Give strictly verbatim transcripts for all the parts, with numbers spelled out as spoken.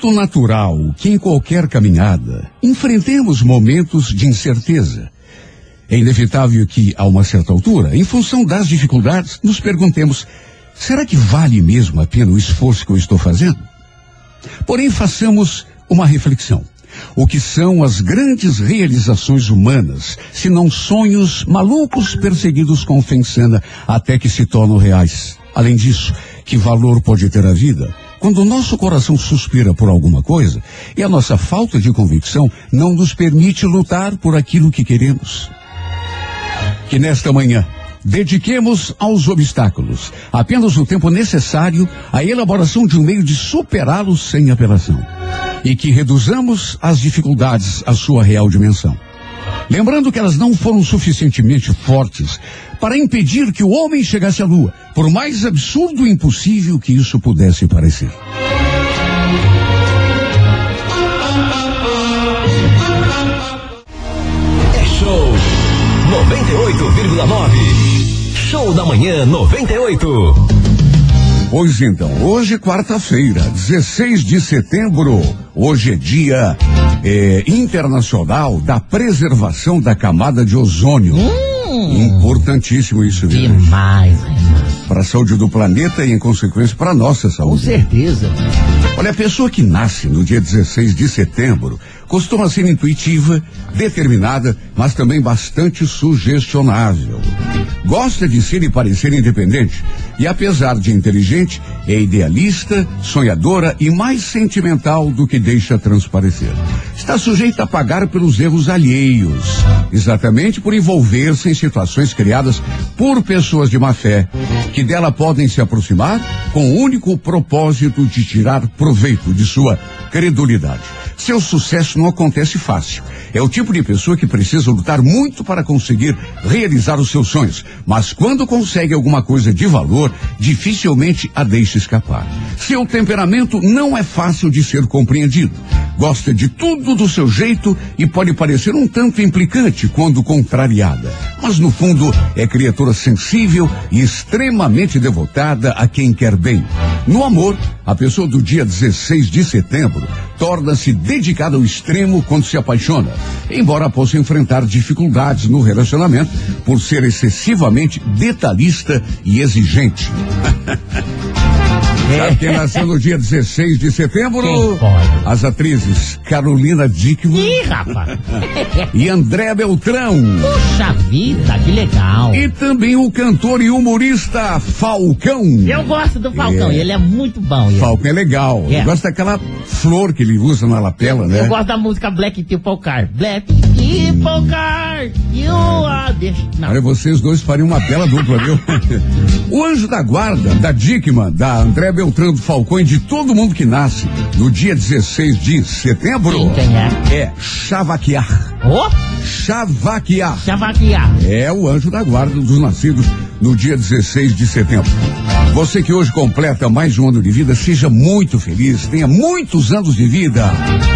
muito natural que em qualquer caminhada enfrentemos momentos de incerteza. É inevitável que, a uma certa altura, em função das dificuldades, nos perguntemos: será que vale mesmo a pena o esforço que eu estou fazendo? Porém, façamos uma reflexão. O que são as grandes realizações humanas, se não sonhos malucos perseguidos com fé insana até que se tornam reais? Além disso, que valor pode ter a vida quando o nosso coração suspira por alguma coisa e a nossa falta de convicção não nos permite lutar por aquilo que queremos? Que nesta manhã dediquemos aos obstáculos apenas o tempo necessário à elaboração de um meio de superá-los sem apelação. E que reduzamos as dificuldades à sua real dimensão. Lembrando que elas não foram suficientemente fortes para impedir que o homem chegasse à lua, por mais absurdo e impossível que isso pudesse parecer. É show noventa e oito vírgula nove. Show da manhã noventa e oito. Pois então, hoje quarta-feira, dezesseis de setembro, hoje é dia é, internacional da preservação da camada de ozônio. Hum, Importantíssimo isso, viu? Demais, Renato. Para a saúde do planeta e, em consequência, para a nossa saúde. Com certeza. Olha, a pessoa que nasce no dia dezesseis de setembro costuma ser intuitiva, determinada, mas também bastante sugestionável. Gosta de ser e parecer independente e, apesar de inteligente, é idealista, sonhadora e mais sentimental do que deixa transparecer. Está sujeita a pagar pelos erros alheios, exatamente por envolver-se em situações criadas por pessoas de má fé, que dela podem se aproximar com o único propósito de tirar proveito de sua credulidade. Seu sucesso não acontece fácil. É o tipo de pessoa que precisa lutar muito para conseguir realizar os seus sonhos, mas quando consegue alguma coisa de valor, dificilmente a deixa escapar. Seu temperamento não é fácil de ser compreendido. Gosta de tudo do seu jeito e pode parecer um tanto implicante quando contrariada, mas no fundo é criatura sensível e extremamente devotada a quem quer bem. No amor, a pessoa do dia dezesseis de setembro torna-se dedicada ao extremo quando se apaixona, embora possa enfrentar dificuldades no relacionamento por ser excessivamente detalhista e exigente. Sabe quem nasceu no dia dezesseis de setembro? Quem pode? As atrizes Carolina Dickman Ih, rapaz. e André Beltrão. Puxa vida, que legal. E também o cantor e humorista Falcão. Eu gosto do Falcão, É. ele é muito bom. Ele. Falcão é legal. É. Eu gosto daquela flor que ele usa na lapela, né? Eu gosto da música Black People Car. Black People Car, you are the... Não. Olha, vocês dois fariam uma bela dupla, viu? O anjo da guarda, da Dickman, da André Beltrão, do Falcão e de todo mundo que nasce no dia dezesseis de setembro. Sim, quem é? É Chavaquiar. Ô, Chavaquiar. chavaquear. É o anjo da guarda dos nascidos no dia dezesseis de setembro. Você que hoje completa mais um ano de vida, seja muito feliz, tenha muitos anos de vida.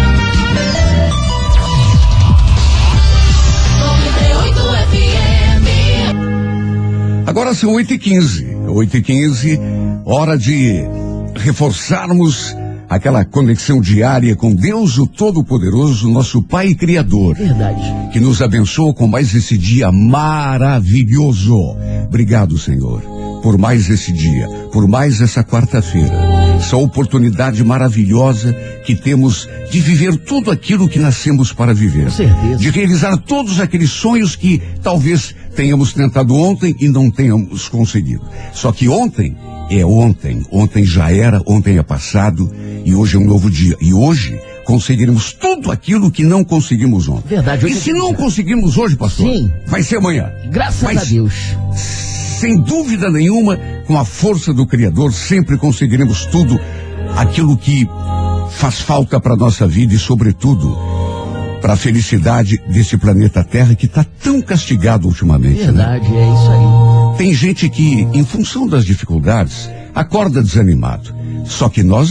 Agora são oito e quinze. oito e quinze, hora de reforçarmos aquela conexão diária com Deus, o Todo-Poderoso, nosso Pai Criador. Verdade. Que nos abençoa com mais esse dia maravilhoso. Obrigado, Senhor, por mais esse dia, por mais essa quarta-feira. Essa oportunidade maravilhosa que temos de viver tudo aquilo que nascemos para viver. Com certeza. De realizar todos aqueles sonhos que talvez tenhamos tentado ontem e não tenhamos conseguido. Só que ontem é ontem. Ontem já era, ontem é passado e hoje é um novo dia. E hoje conseguiremos tudo aquilo que não conseguimos ontem. Verdade. E se não conseguimos hoje, pastor? Sim. Vai ser amanhã. Graças Mas, a Deus. sem dúvida nenhuma, com a força do Criador, sempre conseguiremos tudo aquilo que faz falta para nossa vida e, sobretudo, para a felicidade desse planeta Terra que está tão castigado ultimamente. Verdade, né? é isso aí. Tem gente que, em função das dificuldades, acorda desanimado. Só que nós não.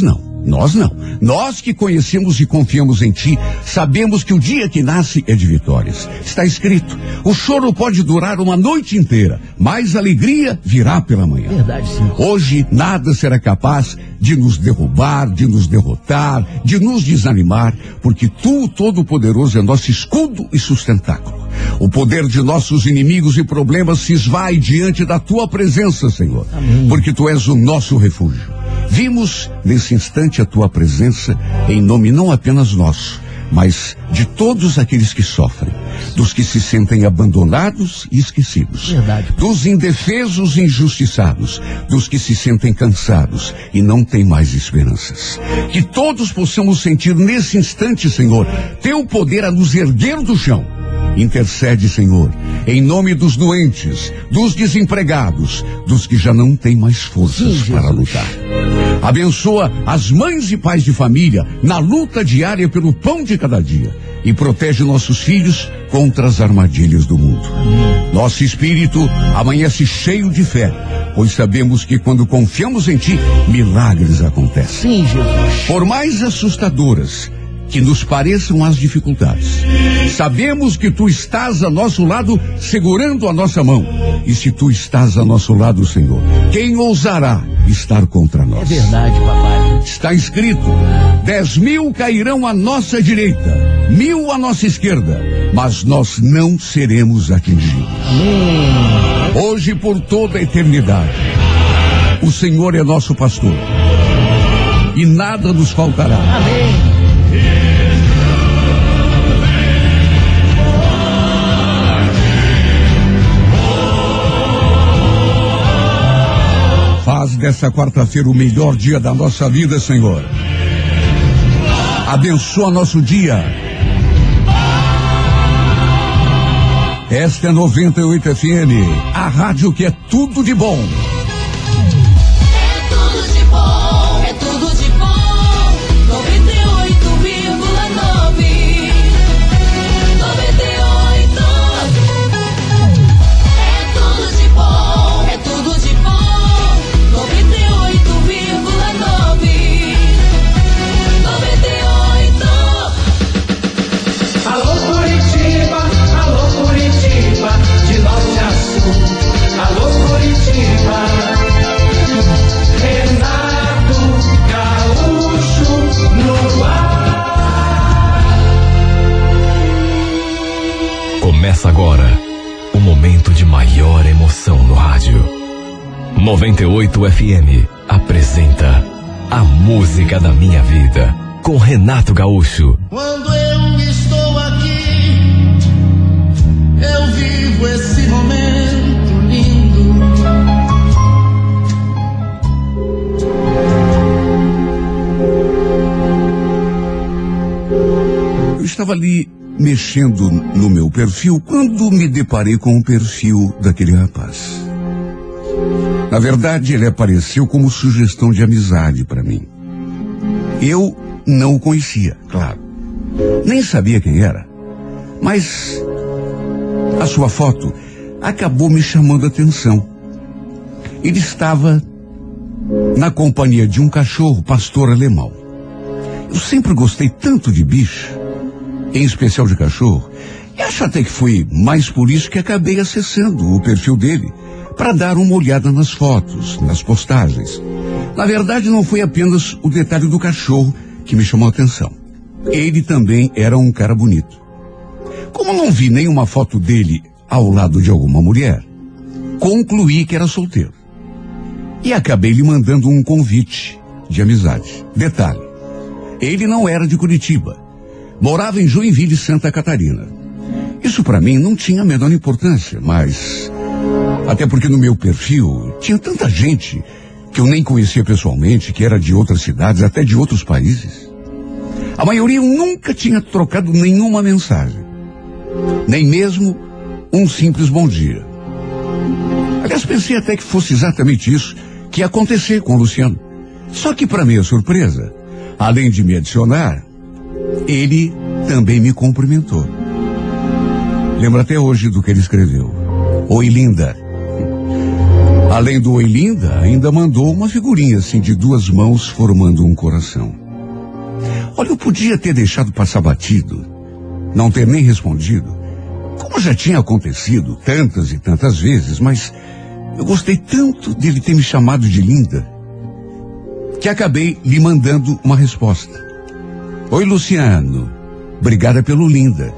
Nós não. Nós que conhecemos e confiamos em ti, sabemos que o dia que nasce é de vitórias. Está escrito, o choro pode durar uma noite inteira, mas a alegria virá pela manhã. Verdade, sim. Hoje nada será capaz de nos derrubar, de nos derrotar, de nos desanimar, porque tu, o Todo-Poderoso, é nosso escudo e sustentáculo. O poder de nossos inimigos e problemas se esvai diante da tua presença, Senhor. Amém. Porque tu és o nosso refúgio. Vimos nesse instante a tua presença em nome não apenas nosso, mas de todos aqueles que sofrem, dos que se sentem abandonados e esquecidos, verdade, dos indefesos e injustiçados, dos que se sentem cansados e não têm mais esperanças. Que todos possamos sentir nesse instante, Senhor, teu poder a nos erguer do chão. Intercede, Senhor, em nome dos doentes, dos desempregados, dos que já não têm mais forças Sim, para lutar. Abençoa as mães e pais de família na luta diária pelo pão de cada dia e protege nossos filhos contra as armadilhas do mundo. Amém. Nosso espírito amanhece cheio de fé, pois sabemos que quando confiamos em ti, milagres acontecem. Sim, Jesus. Por mais assustadoras que nos pareçam as dificuldades, sabemos que tu estás a nosso lado, segurando a nossa mão. E se tu estás a nosso lado, Senhor, quem ousará estar contra nós? É verdade, papai. Está escrito, dez mil cairão à nossa direita, mil à nossa esquerda, mas nós não seremos atingidos. Amém. Hoje, por toda a eternidade, o Senhor é nosso pastor e nada nos faltará. Amém. Faz dessa quarta-feira o melhor dia da nossa vida, Senhor. Abençoa nosso dia. Esta é noventa e oito F M, a rádio que é tudo de bom. É tudo de bom, é tudo de bom. noventa e oito vírgula nove. noventa e oito. É tudo de bom, é tudo de bom. noventa e oito vírgula nove. noventa e oito. Alô Curitiba, alô Curitiba, de norte a sul. Alô Curitiba, Renato Gaúcho no ar. Começa agora o momento de maior emoção no rádio. noventa e oito F M apresenta A Música da Minha Vida, com Renato Gaúcho. Quando eu estou aqui, eu vivo esse momento lindo. Eu estava ali mexendo no meu perfil quando me deparei com o perfil daquele rapaz. Na verdade, ele apareceu como sugestão de amizade para mim. Eu não o conhecia, claro. Nem sabia quem era. Mas a sua foto acabou me chamando a atenção. Ele estava na companhia de um cachorro pastor alemão. Eu sempre gostei tanto de bicho, em especial de cachorro, e acho até que foi mais por isso que acabei acessando o perfil dele, para dar uma olhada nas fotos, nas postagens. Na verdade, não foi apenas o detalhe do cachorro que me chamou a atenção. Ele também era um cara bonito. Como não vi nenhuma foto dele ao lado de alguma mulher, concluí que era solteiro. E acabei lhe mandando um convite de amizade. Detalhe, ele não era de Curitiba. Morava em Joinville, Santa Catarina. Isso para mim não tinha a menor importância, mas... até porque no meu perfil tinha tanta gente que eu nem conhecia pessoalmente, que era de outras cidades, até de outros países. A maioria nunca tinha trocado nenhuma mensagem. Nem mesmo um simples bom dia. Aliás, pensei até que fosse exatamente isso que ia acontecer com o Luciano. Só que, para minha surpresa, além de me adicionar, ele também me cumprimentou. Lembro até hoje do que ele escreveu. Oi, linda. Além do oi, linda, ainda mandou uma figurinha assim de duas mãos formando um coração. Olha, eu podia ter deixado passar batido, não ter nem respondido, como já tinha acontecido tantas e tantas vezes, mas eu gostei tanto dele ter me chamado de linda, que acabei lhe mandando uma resposta. Oi, Luciano, obrigada pelo linda.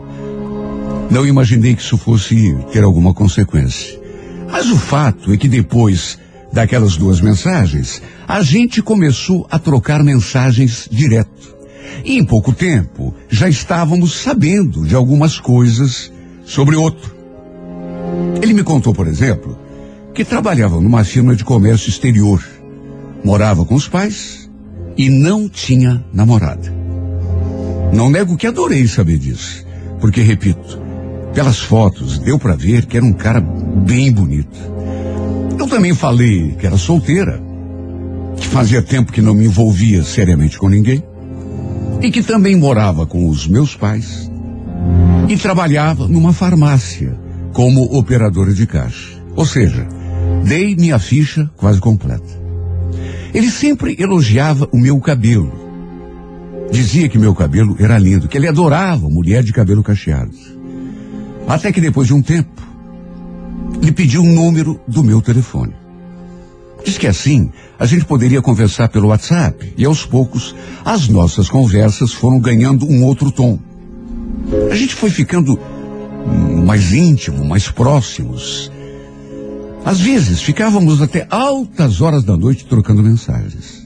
Não imaginei que isso fosse ter alguma consequência. Mas o fato é que depois daquelas duas mensagens, a gente começou a trocar mensagens direto. E em pouco tempo, já estávamos sabendo de algumas coisas sobre outro. Ele me contou, por exemplo, que trabalhava numa firma de comércio exterior, morava com os pais e não tinha namorada. Não nego que adorei saber disso, porque, repito, pelas fotos deu para ver que era um cara bem bonito. Eu também falei que era solteira, que fazia tempo que não me envolvia seriamente com ninguém, e que também morava com os meus pais e trabalhava numa farmácia como operadora de caixa. Ou seja, dei minha ficha quase completa. Ele sempre elogiava o meu cabelo. Dizia que meu cabelo era lindo, que ele adorava mulher de cabelo cacheado. Até que depois de um tempo, lhe pediu um número do meu telefone. Diz que assim a gente poderia conversar pelo WhatsApp e aos poucos as nossas conversas foram ganhando um outro tom. A gente foi ficando mais íntimo, mais próximos. Às vezes ficávamos até altas horas da noite trocando mensagens.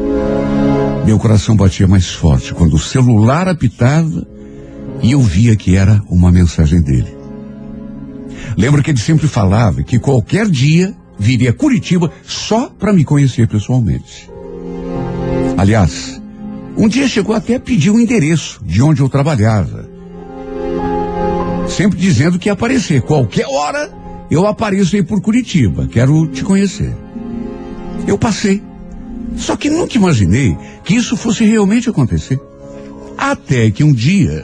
Meu coração batia mais forte quando o celular apitava e eu via que era uma mensagem dele. Lembro que ele sempre falava que qualquer dia viria a Curitiba só para me conhecer pessoalmente. Aliás, um dia chegou até a pedir um endereço de onde eu trabalhava. Sempre dizendo que ia aparecer. Qualquer hora eu apareço aí por Curitiba, quero te conhecer. Eu passei. Só que nunca imaginei que isso fosse realmente acontecer. Até que um dia,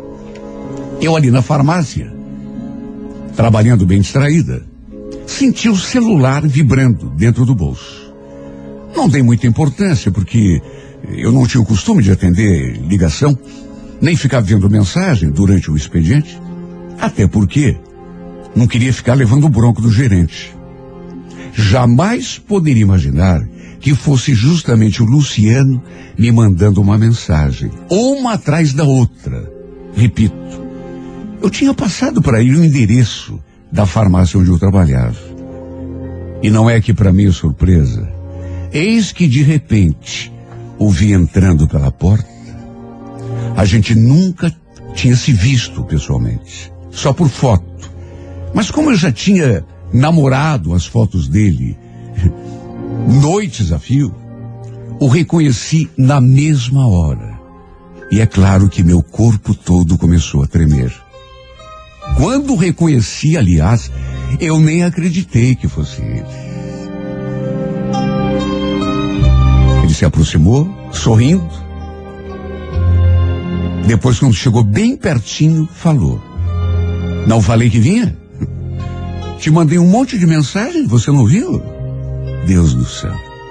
eu ali na farmácia, trabalhando bem distraída, senti o celular vibrando dentro do bolso. Não dei muita importância, porque eu não tinha o costume de atender ligação, nem ficar vendo mensagem durante o expediente. Até porque não queria ficar levando bronco do gerente. Jamais poderia imaginar que fosse justamente o Luciano me mandando uma mensagem, uma atrás da outra. Repito, eu tinha passado para ele o endereço da farmácia onde eu trabalhava. E não é que para minha surpresa, eis que de repente o vi entrando pela porta. A gente nunca tinha se visto pessoalmente, só por foto. Mas como eu já tinha namorado as fotos dele noites a fio, o reconheci na mesma hora. E é claro que meu corpo todo começou a tremer. Quando o reconheci, aliás, eu nem acreditei que fosse ele. Ele se aproximou, sorrindo. Depois, quando chegou bem pertinho, falou: não falei que vinha? Te mandei um monte de mensagem, você não viu? Deus do céu.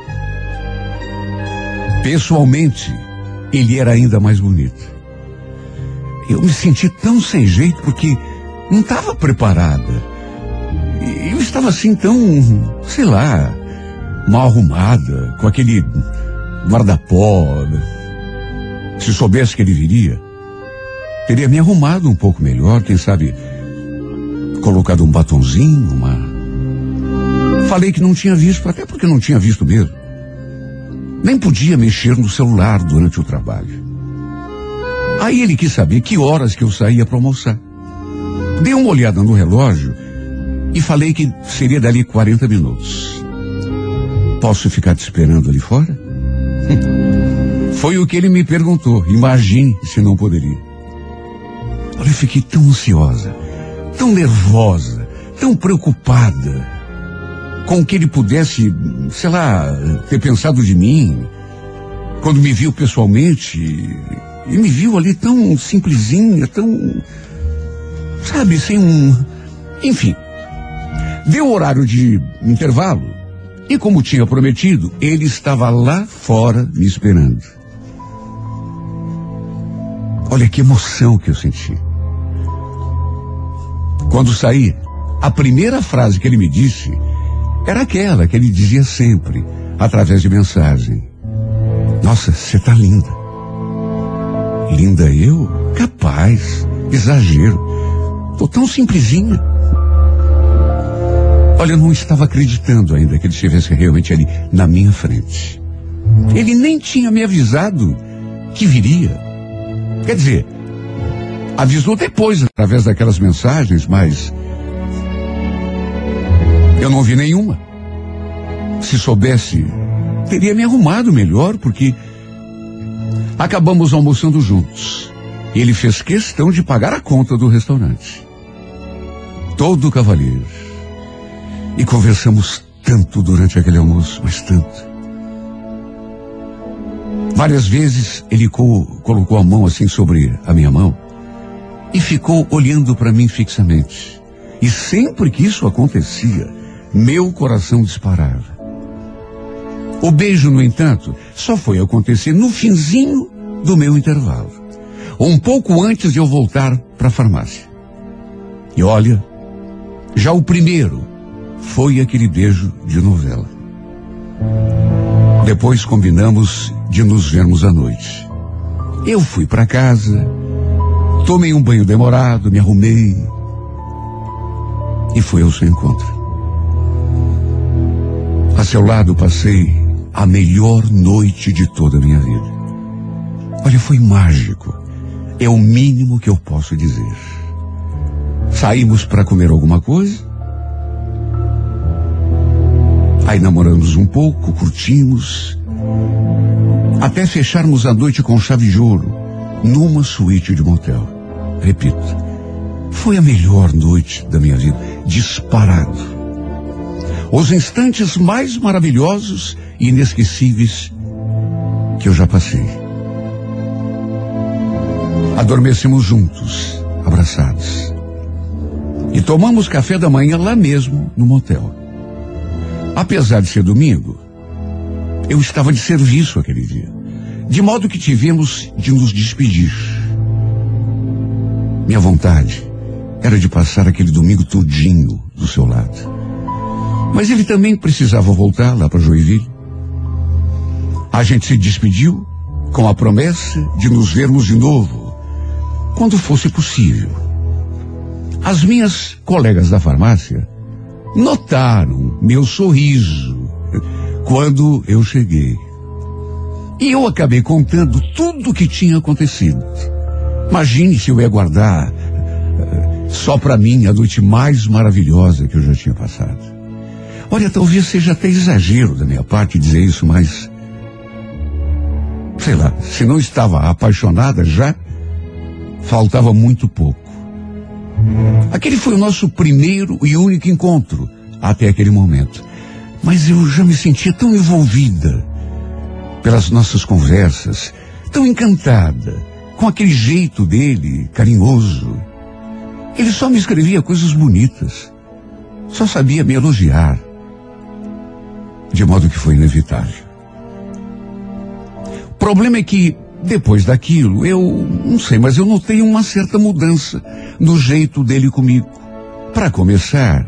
Pessoalmente, ele era ainda mais bonito. Eu me senti tão sem jeito porque não estava preparada. Eu estava assim tão, sei lá, mal arrumada, com aquele guarda-pó. Se soubesse que ele viria, teria me arrumado um pouco melhor, quem sabe colocado um batonzinho, uma... Falei que não tinha visto, até porque não tinha visto mesmo. Nem podia mexer no celular durante o trabalho. Aí ele quis saber que horas que eu saía para almoçar. Dei uma olhada no relógio e falei que seria dali quarenta minutos. Posso ficar te esperando ali fora? Foi o que ele me perguntou. Imagine se não poderia. Olha, eu fiquei tão ansiosa, tão nervosa, tão preocupada com que ele pudesse, sei lá, ter pensado de mim, quando me viu pessoalmente, e me viu ali tão simplesinha, tão, sabe, sem um... Enfim, deu o horário de intervalo, e como tinha prometido, ele estava lá fora me esperando. Olha que emoção que eu senti. Quando saí, a primeira frase que ele me disse era aquela que ele dizia sempre, através de mensagem. Nossa, você tá linda. Linda eu? Capaz, exagero. Tô tão simplesinha. Olha, eu não estava acreditando ainda que ele estivesse realmente ali na minha frente. Ele nem tinha me avisado que viria. Quer dizer, avisou depois através daquelas mensagens, mas eu não vi nenhuma. Se soubesse, teria me arrumado melhor, porque acabamos almoçando juntos. Ele fez questão de pagar a conta do restaurante. Todo cavalheiro. E conversamos tanto durante aquele almoço, mas tanto. Várias vezes ele co- colocou a mão assim sobre a minha mão e ficou olhando para mim fixamente. E sempre que isso acontecia, meu coração disparava. O beijo, no entanto, só foi acontecer no finzinho do meu intervalo, um pouco antes de eu voltar para a farmácia. E olha, já o primeiro foi aquele beijo de novela. Depois combinamos de nos vermos à noite. Eu fui para casa, tomei um banho demorado, me arrumei e fui ao seu encontro. A seu lado passei a melhor noite de toda a minha vida. Olha, foi mágico. É o mínimo que eu posso dizer. Saímos para comer alguma coisa. Aí namoramos um pouco, curtimos, até fecharmos a noite com chave de ouro, numa suíte de motel. Repito, foi a melhor noite da minha vida, disparado. Os instantes mais maravilhosos e inesquecíveis que eu já passei. Adormecemos juntos, abraçados. E tomamos café da manhã lá mesmo, no motel. Apesar de ser domingo, eu estava de serviço aquele dia, de modo que tivemos de nos despedir. Minha vontade era de passar aquele domingo todinho do seu lado. Mas ele também precisava voltar lá para Joinville. A gente se despediu com a promessa de nos vermos de novo, quando fosse possível. As minhas colegas da farmácia notaram meu sorriso quando eu cheguei. E eu acabei contando tudo o que tinha acontecido. Imagine se eu ia guardar uh, só para mim a noite mais maravilhosa que eu já tinha passado. Olha, talvez seja até exagero da minha parte dizer isso, mas sei lá, se não estava apaixonada já, faltava muito pouco. Aquele foi o nosso primeiro e único encontro até aquele momento. Mas eu já me sentia tão envolvida pelas nossas conversas, tão encantada com aquele jeito dele, carinhoso. Ele só me escrevia coisas bonitas, só sabia me elogiar, de modo que foi inevitável. O problema é que depois daquilo, eu não sei, mas eu notei uma certa mudança no jeito dele comigo. Para começar,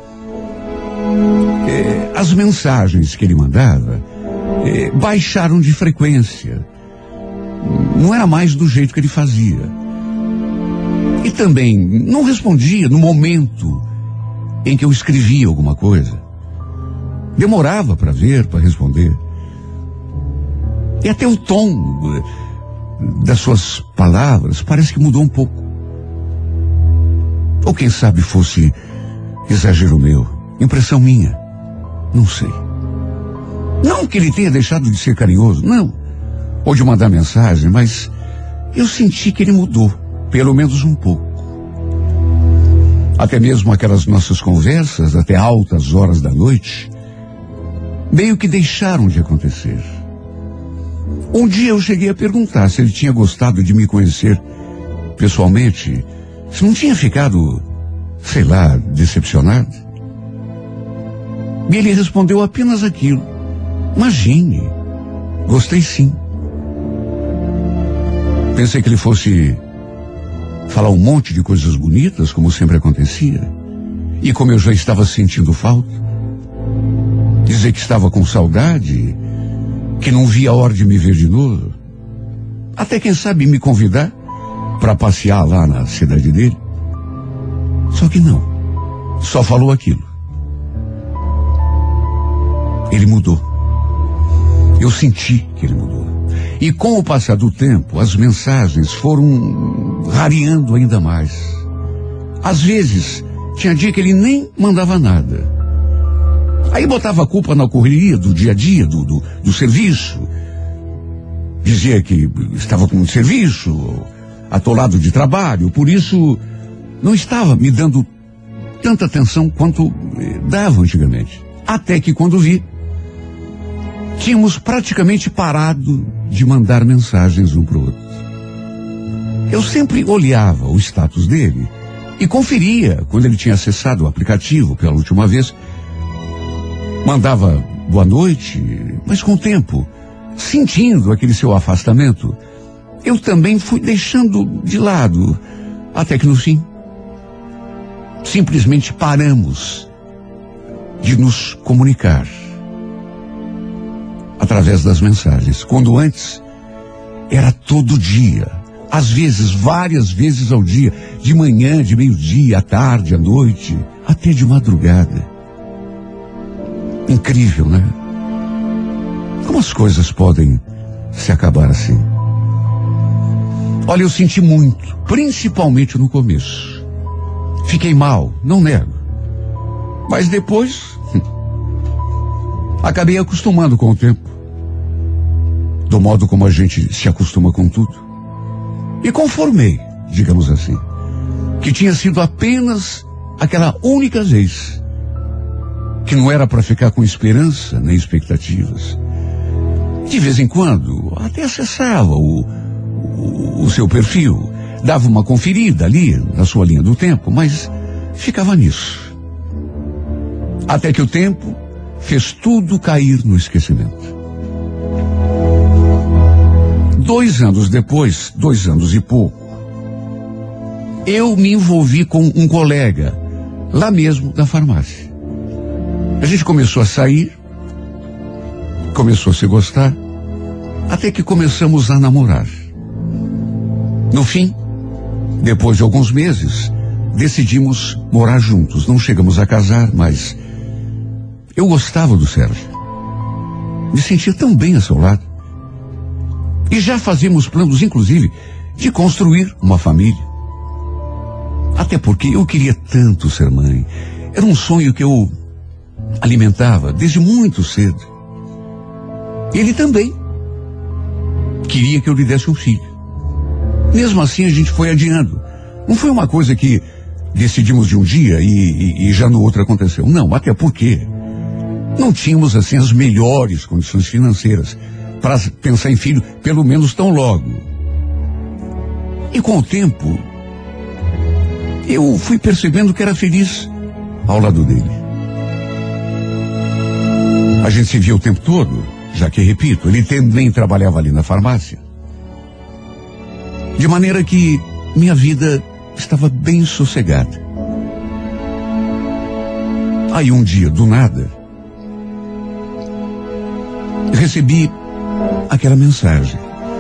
é, as mensagens que ele mandava é, baixaram de frequência. Não era mais do jeito que ele fazia. E também não respondia no momento em que eu escrevia alguma coisa. Demorava para ver, para responder. E até o tom das suas palavras parece que mudou um pouco. Ou quem sabe fosse exagero meu, impressão minha, não sei. Não que ele tenha deixado de ser carinhoso, não, ou de mandar mensagem, mas eu senti que ele mudou, pelo menos um pouco. Até mesmo aquelas nossas conversas até altas horas da noite meio que deixaram de acontecer. Um dia eu cheguei a perguntar se ele tinha gostado de me conhecer pessoalmente, se não tinha ficado, sei lá, decepcionado. E ele respondeu apenas aquilo: imagine, gostei sim. Pensei que ele fosse falar um monte de coisas bonitas, como sempre acontecia. E como eu já estava sentindo falta, dizer que estava com saudade, que não via a hora de me ver de novo. Até quem sabe me convidar para passear lá na cidade dele. Só que não. Só falou aquilo. Ele mudou. Eu senti que ele mudou. E com o passar do tempo, as mensagens foram rareando ainda mais. Às vezes, tinha dia que ele nem mandava nada. Aí botava a culpa na correria do dia a dia, do, do, do serviço. Dizia que estava com muito serviço, atolado de trabalho, por isso não estava me dando tanta atenção quanto dava antigamente. Até que quando vi, tínhamos praticamente parado de mandar mensagens um para o outro. Eu sempre olhava o status dele e conferia quando ele tinha acessado o aplicativo pela última vez. Mandava boa noite, mas com o tempo, sentindo aquele seu afastamento, eu também fui deixando de lado, até que no fim, simplesmente paramos de nos comunicar através das mensagens, quando antes era todo dia, às vezes, várias vezes ao dia, de manhã, de meio-dia, à tarde, à noite, até de madrugada. Incrível, né? Como as coisas podem se acabar assim? Olha, eu senti muito, principalmente no começo. Fiquei mal, não nego. Mas depois, acabei acostumando com o tempo. Do modo como a gente se acostuma com tudo. E conformei, digamos assim, que tinha sido apenas aquela única vez, que não era para ficar com esperança nem expectativas. De vez em quando, até acessava o, o, o seu perfil, dava uma conferida ali na sua linha do tempo, mas ficava nisso. Até que o tempo fez tudo cair no esquecimento. Dois anos depois, dois anos e pouco, eu me envolvi com um colega, lá mesmo da farmácia. A gente começou a sair, começou a se gostar, até que começamos a namorar. No fim, depois de alguns meses, decidimos morar juntos. Não chegamos a casar, mas eu gostava do Sérgio. Me sentia tão bem a seu lado. E já fazíamos planos, inclusive, de construir uma família. Até porque eu queria tanto ser mãe. Era um sonho que eu alimentava desde muito cedo. Ele também queria que eu lhe desse um filho. Mesmo assim, a gente foi adiando. Não foi uma coisa que decidimos de um dia e, e, e já no outro aconteceu. Não, até porque não tínhamos, assim, as melhores condições financeiras para pensar em filho, pelo menos tão logo. E com o tempo, eu fui percebendo que era feliz ao lado dele. A gente se via o tempo todo, já que, repito, ele também trabalhava ali na farmácia. De maneira que minha vida estava bem sossegada. Aí um dia, do nada, recebi aquela mensagem.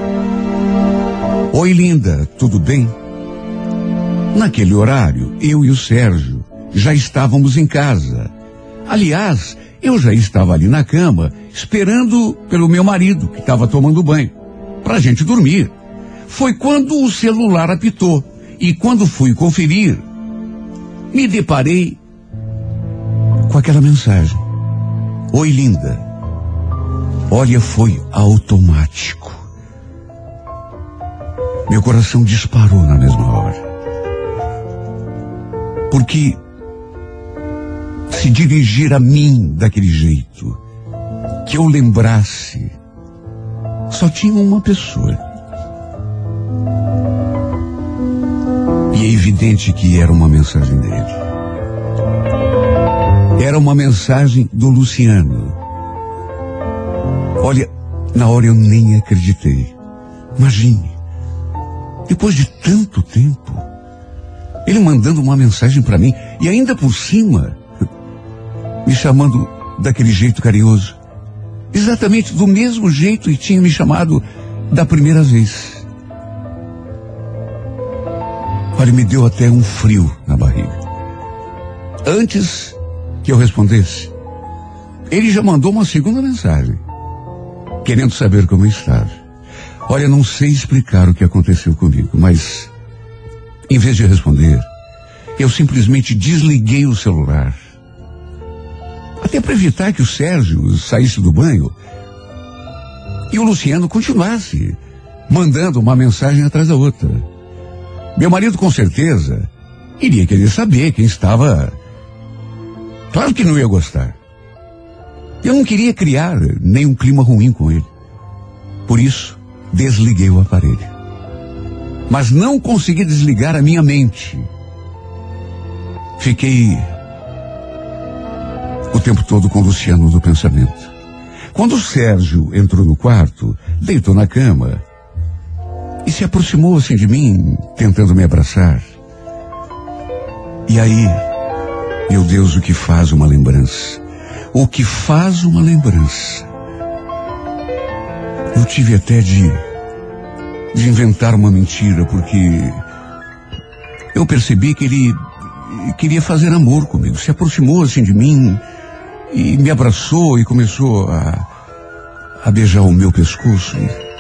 Oi, linda, tudo bem? Naquele horário, eu e o Sérgio já estávamos em casa. Aliás, eu já estava ali na cama, esperando pelo meu marido, que estava tomando banho, para a gente dormir. Foi quando o celular apitou, e quando fui conferir, me deparei com aquela mensagem. Oi, linda. Olha, foi automático. Meu coração disparou na mesma hora. Porque se dirigir a mim daquele jeito, que eu lembrasse, só tinha uma pessoa. E é evidente que era uma mensagem dele. Era uma mensagem do Luciano. Olha, na hora eu nem acreditei. Imagine, Depois de tanto tempo, ele mandando uma mensagem para mim e ainda por cima me chamando daquele jeito carinhoso, exatamente do mesmo jeito que tinha me chamado da primeira vez. Olha, me deu até um frio na barriga. Antes que eu respondesse, ele já mandou uma segunda mensagem, querendo saber como eu estava. Olha, não sei explicar o que aconteceu comigo, mas em vez de responder, eu simplesmente desliguei o celular. Até para evitar que o Sérgio saísse do banho e o Luciano continuasse mandando uma mensagem atrás da outra. Meu marido com certeza iria querer saber quem estava. Claro que não ia gostar. Eu não queria criar nenhum clima ruim com ele. Por isso, desliguei o aparelho. Mas não consegui desligar a minha mente. Fiquei o tempo todo com o Luciano no pensamento. Quando o Sérgio entrou no quarto, deitou na cama e se aproximou assim de mim, tentando me abraçar. E aí, meu Deus, o que faz uma lembrança? O que faz uma lembrança? Eu tive até de, de inventar uma mentira, porque eu percebi que ele queria fazer amor comigo. Se aproximou assim de mim e me abraçou e começou a, a beijar o meu pescoço.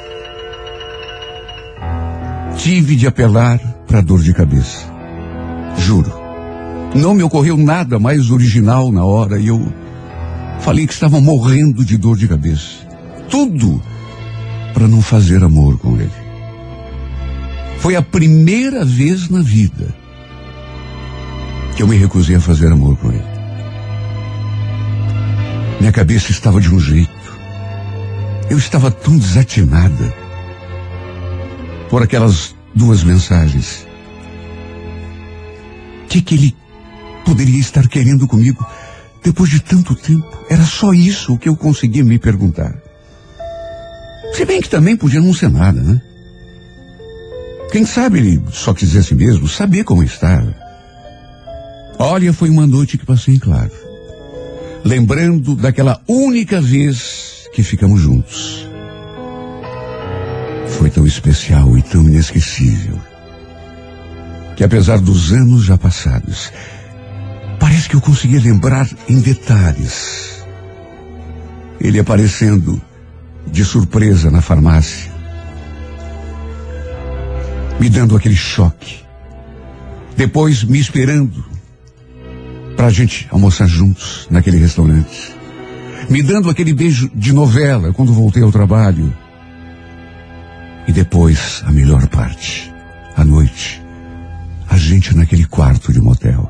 Tive de apelar para a dor de cabeça. Juro. Não me ocorreu nada mais original na hora e eu falei que estava morrendo de dor de cabeça. Tudo para não fazer amor com ele. Foi a primeira vez na vida que eu me recusei a fazer amor com ele. Minha cabeça estava de um jeito. Eu estava tão desatinada por aquelas duas mensagens. O que que ele poderia estar querendo comigo depois de tanto tempo? Era só isso que eu conseguia me perguntar. Se bem que também podia não ser nada, né? Quem sabe ele só quisesse mesmo saber como estava. Olha, foi uma noite que passei em claro, lembrando daquela única vez que ficamos juntos. Foi tão especial e tão inesquecível que, apesar dos anos já passados, parece que eu conseguia lembrar em detalhes. Ele aparecendo de surpresa na farmácia, me dando aquele choque. Depois me esperando para a gente almoçar juntos naquele restaurante. Me dando aquele beijo de novela quando voltei ao trabalho. E depois, a melhor parte, à noite, a gente naquele quarto de motel.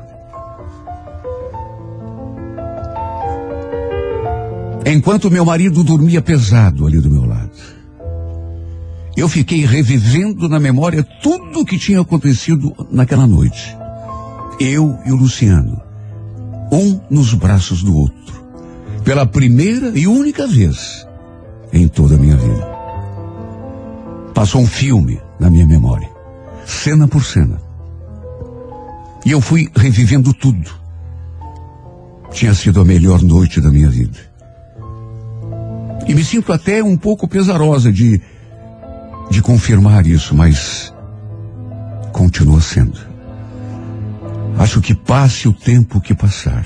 Enquanto meu marido dormia pesado ali do meu lado, eu fiquei revivendo na memória tudo o que tinha acontecido naquela noite. Eu e o Luciano, um nos braços do outro, pela primeira e única vez em toda a minha vida. Passou um filme na minha memória, cena por cena. E eu fui revivendo tudo. Tinha sido a melhor noite da minha vida. E me sinto até um pouco pesarosa de, de confirmar isso, mas continua sendo. Acho que passe o tempo que passar,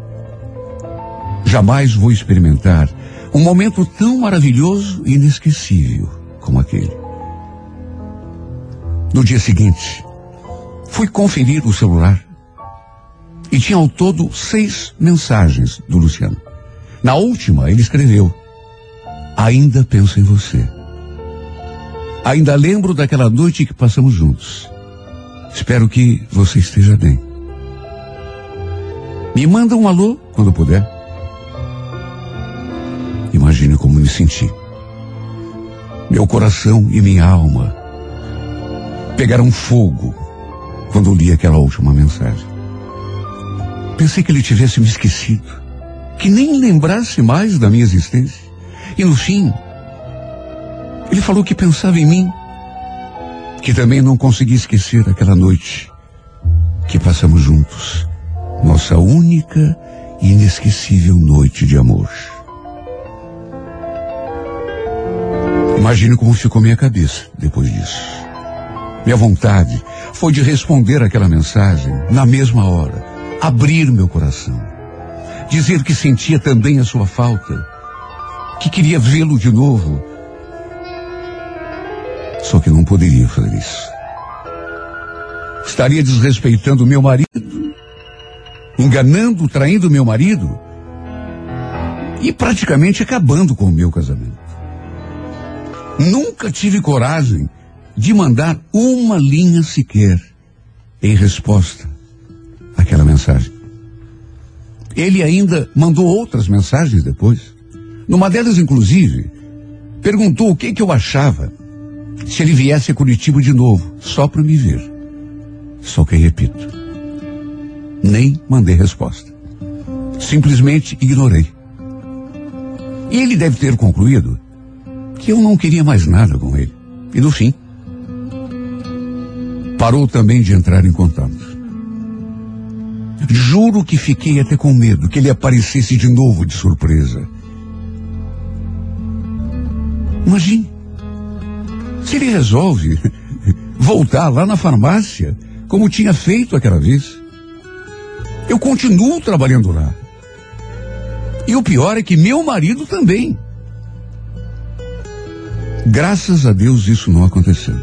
jamais vou experimentar um momento tão maravilhoso e inesquecível como aquele. No dia seguinte, fui conferir o celular e tinha ao todo seis mensagens do Luciano. Na última, ele escreveu: ainda penso em você. Ainda lembro daquela noite que passamos juntos. Espero que você esteja bem. Me manda um alô quando puder. Imagine como me senti. Meu coração e minha alma pegaram fogo quando li aquela última mensagem. Pensei que ele tivesse me esquecido, que nem lembrasse mais da minha existência. E no fim, ele falou que pensava em mim que também não consegui esquecer aquela noite que passamos juntos, nossa única e inesquecível noite de amor. Imagine como ficou minha cabeça depois disso. Minha vontade foi de responder aquela mensagem na mesma hora, abrir meu coração, dizer que sentia também a sua falta, que queria vê-lo de novo. Só que não poderia fazer isso. Estaria desrespeitando meu marido, enganando, traindo meu marido e praticamente acabando com o meu casamento. Nunca tive coragem de mandar uma linha sequer em resposta àquela mensagem. Ele ainda mandou outras mensagens depois. Numa delas, inclusive, perguntou o que, que eu achava se ele viesse a Curitiba de novo, só para me ver. Só que, repito, nem mandei resposta. Simplesmente ignorei. E ele deve ter concluído que eu não queria mais nada com ele. E no fim, parou também de entrar em contato. Juro que fiquei até com medo que ele aparecesse de novo de surpresa. Imagine, se ele resolve voltar lá na farmácia, como tinha feito aquela vez. Eu continuo trabalhando lá. E o pior é que meu marido também. Graças a Deus isso não aconteceu.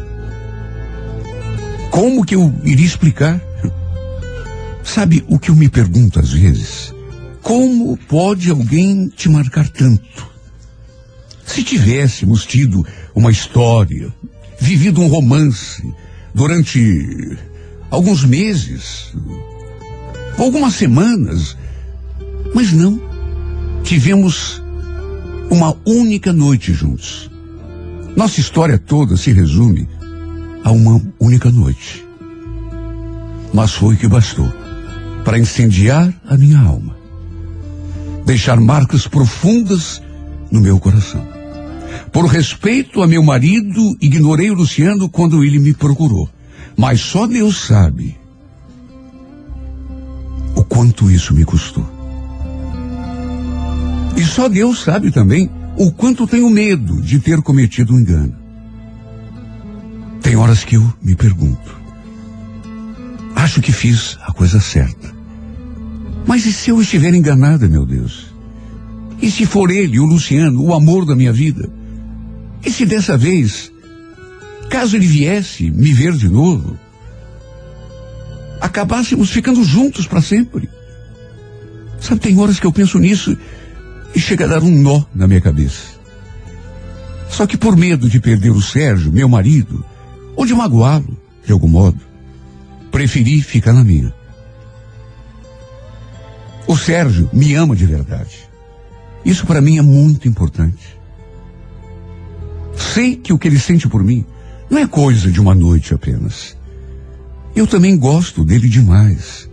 Como que eu iria explicar? Sabe o que eu me pergunto às vezes? Como pode alguém te marcar tanto? Se tivéssemos tido uma história, vivido um romance durante alguns meses, algumas semanas, mas não. Tivemos uma única noite juntos. Nossa história toda se resume a uma única noite. Mas foi o que bastou para incendiar a minha alma, deixar marcas profundas no meu coração. Por respeito a meu marido, ignorei o Luciano quando ele me procurou. Mas só Deus sabe o quanto isso me custou. E só Deus sabe também o quanto tenho medo de ter cometido um engano. Tem horas que eu me pergunto, acho que fiz a coisa certa. Mas e se eu estiver enganada, meu Deus? E se for ele, o Luciano, o amor da minha vida? E se dessa vez, caso ele viesse me ver de novo, acabássemos ficando juntos para sempre? Sabe, tem horas que eu penso nisso e chega a dar um nó na minha cabeça. Só que por medo de perder o Sérgio, meu marido, ou de magoá-lo, de algum modo, preferi ficar na minha. O Sérgio me ama de verdade. Isso para mim é muito importante. Sei que o que ele sente por mim não é coisa de uma noite apenas. Eu também gosto dele demais.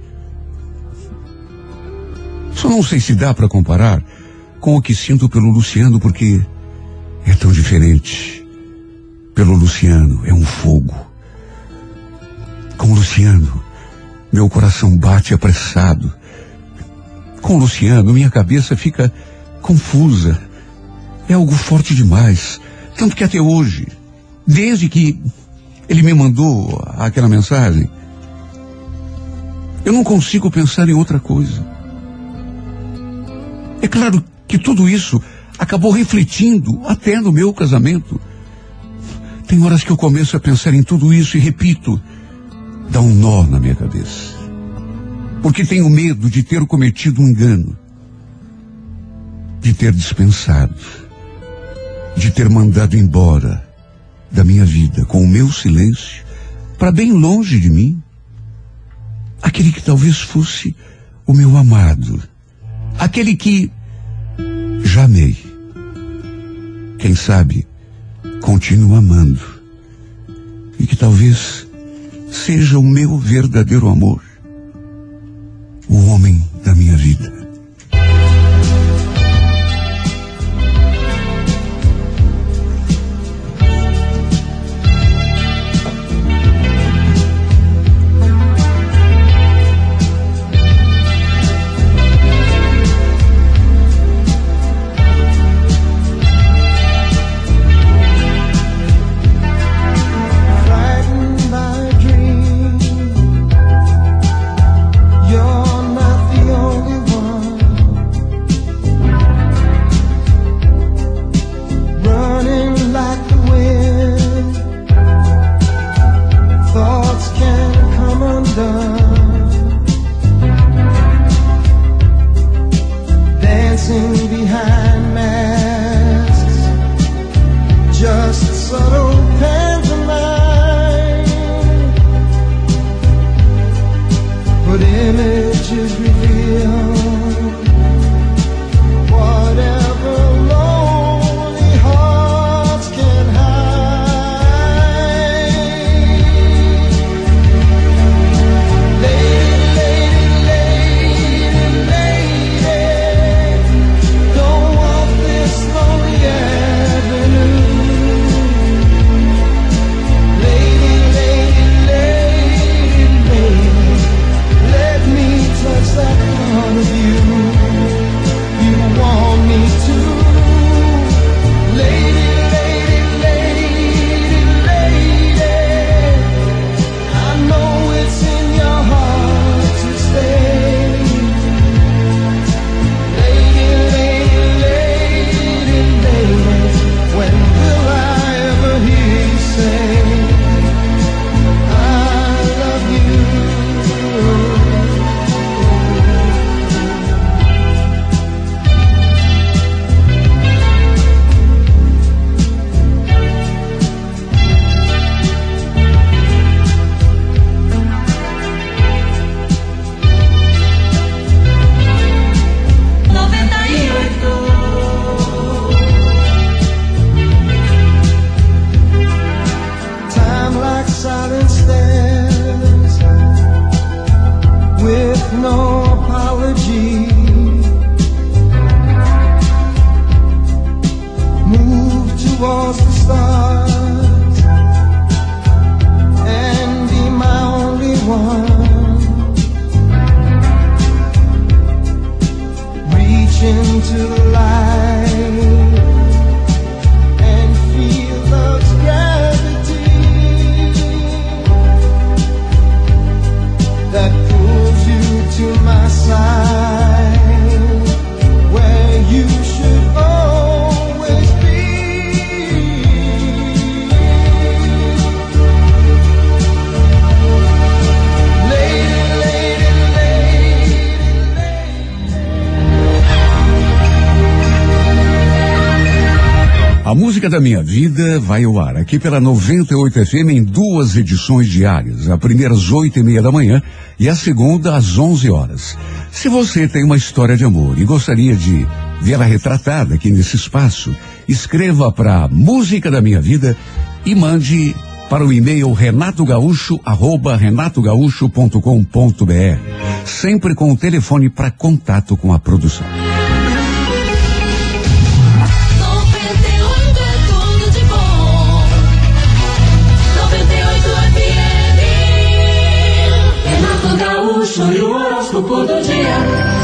Só não sei se dá para comparar com o que sinto pelo Luciano, porque é tão diferente. Pelo Luciano é um fogo. Com o Luciano, meu coração bate apressado. Com o Luciano, minha cabeça fica confusa. É algo forte demais. Tanto que até hoje, desde que ele me mandou aquela mensagem, eu não consigo pensar em outra coisa. É claro que tudo isso acabou refletindo até no meu casamento. Tem horas que eu começo a pensar em tudo isso e repito, dá um nó na minha cabeça. Porque tenho medo de ter cometido um engano, de ter dispensado, de ter mandado embora da minha vida com o meu silêncio para bem longe de mim aquele que talvez fosse o meu amado, aquele que já amei, quem sabe continuo amando e que talvez seja o meu verdadeiro amor, o homem da minha vida. done, dancing behind masks, just subtle pantomime, but images reveal whatever lonely hearts can hide. Lady, lady, lady, lady, don't walk this lonely avenue. Lady, lady, lady, lady, let me touch that part of you you want me to. Lady, lady, lady, lady, I know it's in your heart to stay. Lady, lady, lady, lady, when will I ever hear you say I love you? noventa e oito. Time like silent stairs, with no apology, move towards the stars and be my only one. Reach into the light and feel love's gravity that pulls you to my side, where you should always be. Lady, lady, lady, A música da minha vida vai ao ar aqui pela noventa e oito F M em duas edições diárias. A primeira às oito e meia da manhã e a segunda às onze horas. Se você tem uma história de amor e gostaria de vê-la retratada aqui nesse espaço, escreva para Música da Minha Vida e mande para o e-mail renatogaúcho arroba renatogaúcho ponto com ponto br, sempre com o telefone para contato com a produção. noventa e oito é tudo de bom. noventa e oito F M. Renato Gaúcho e o horóscopo do dia.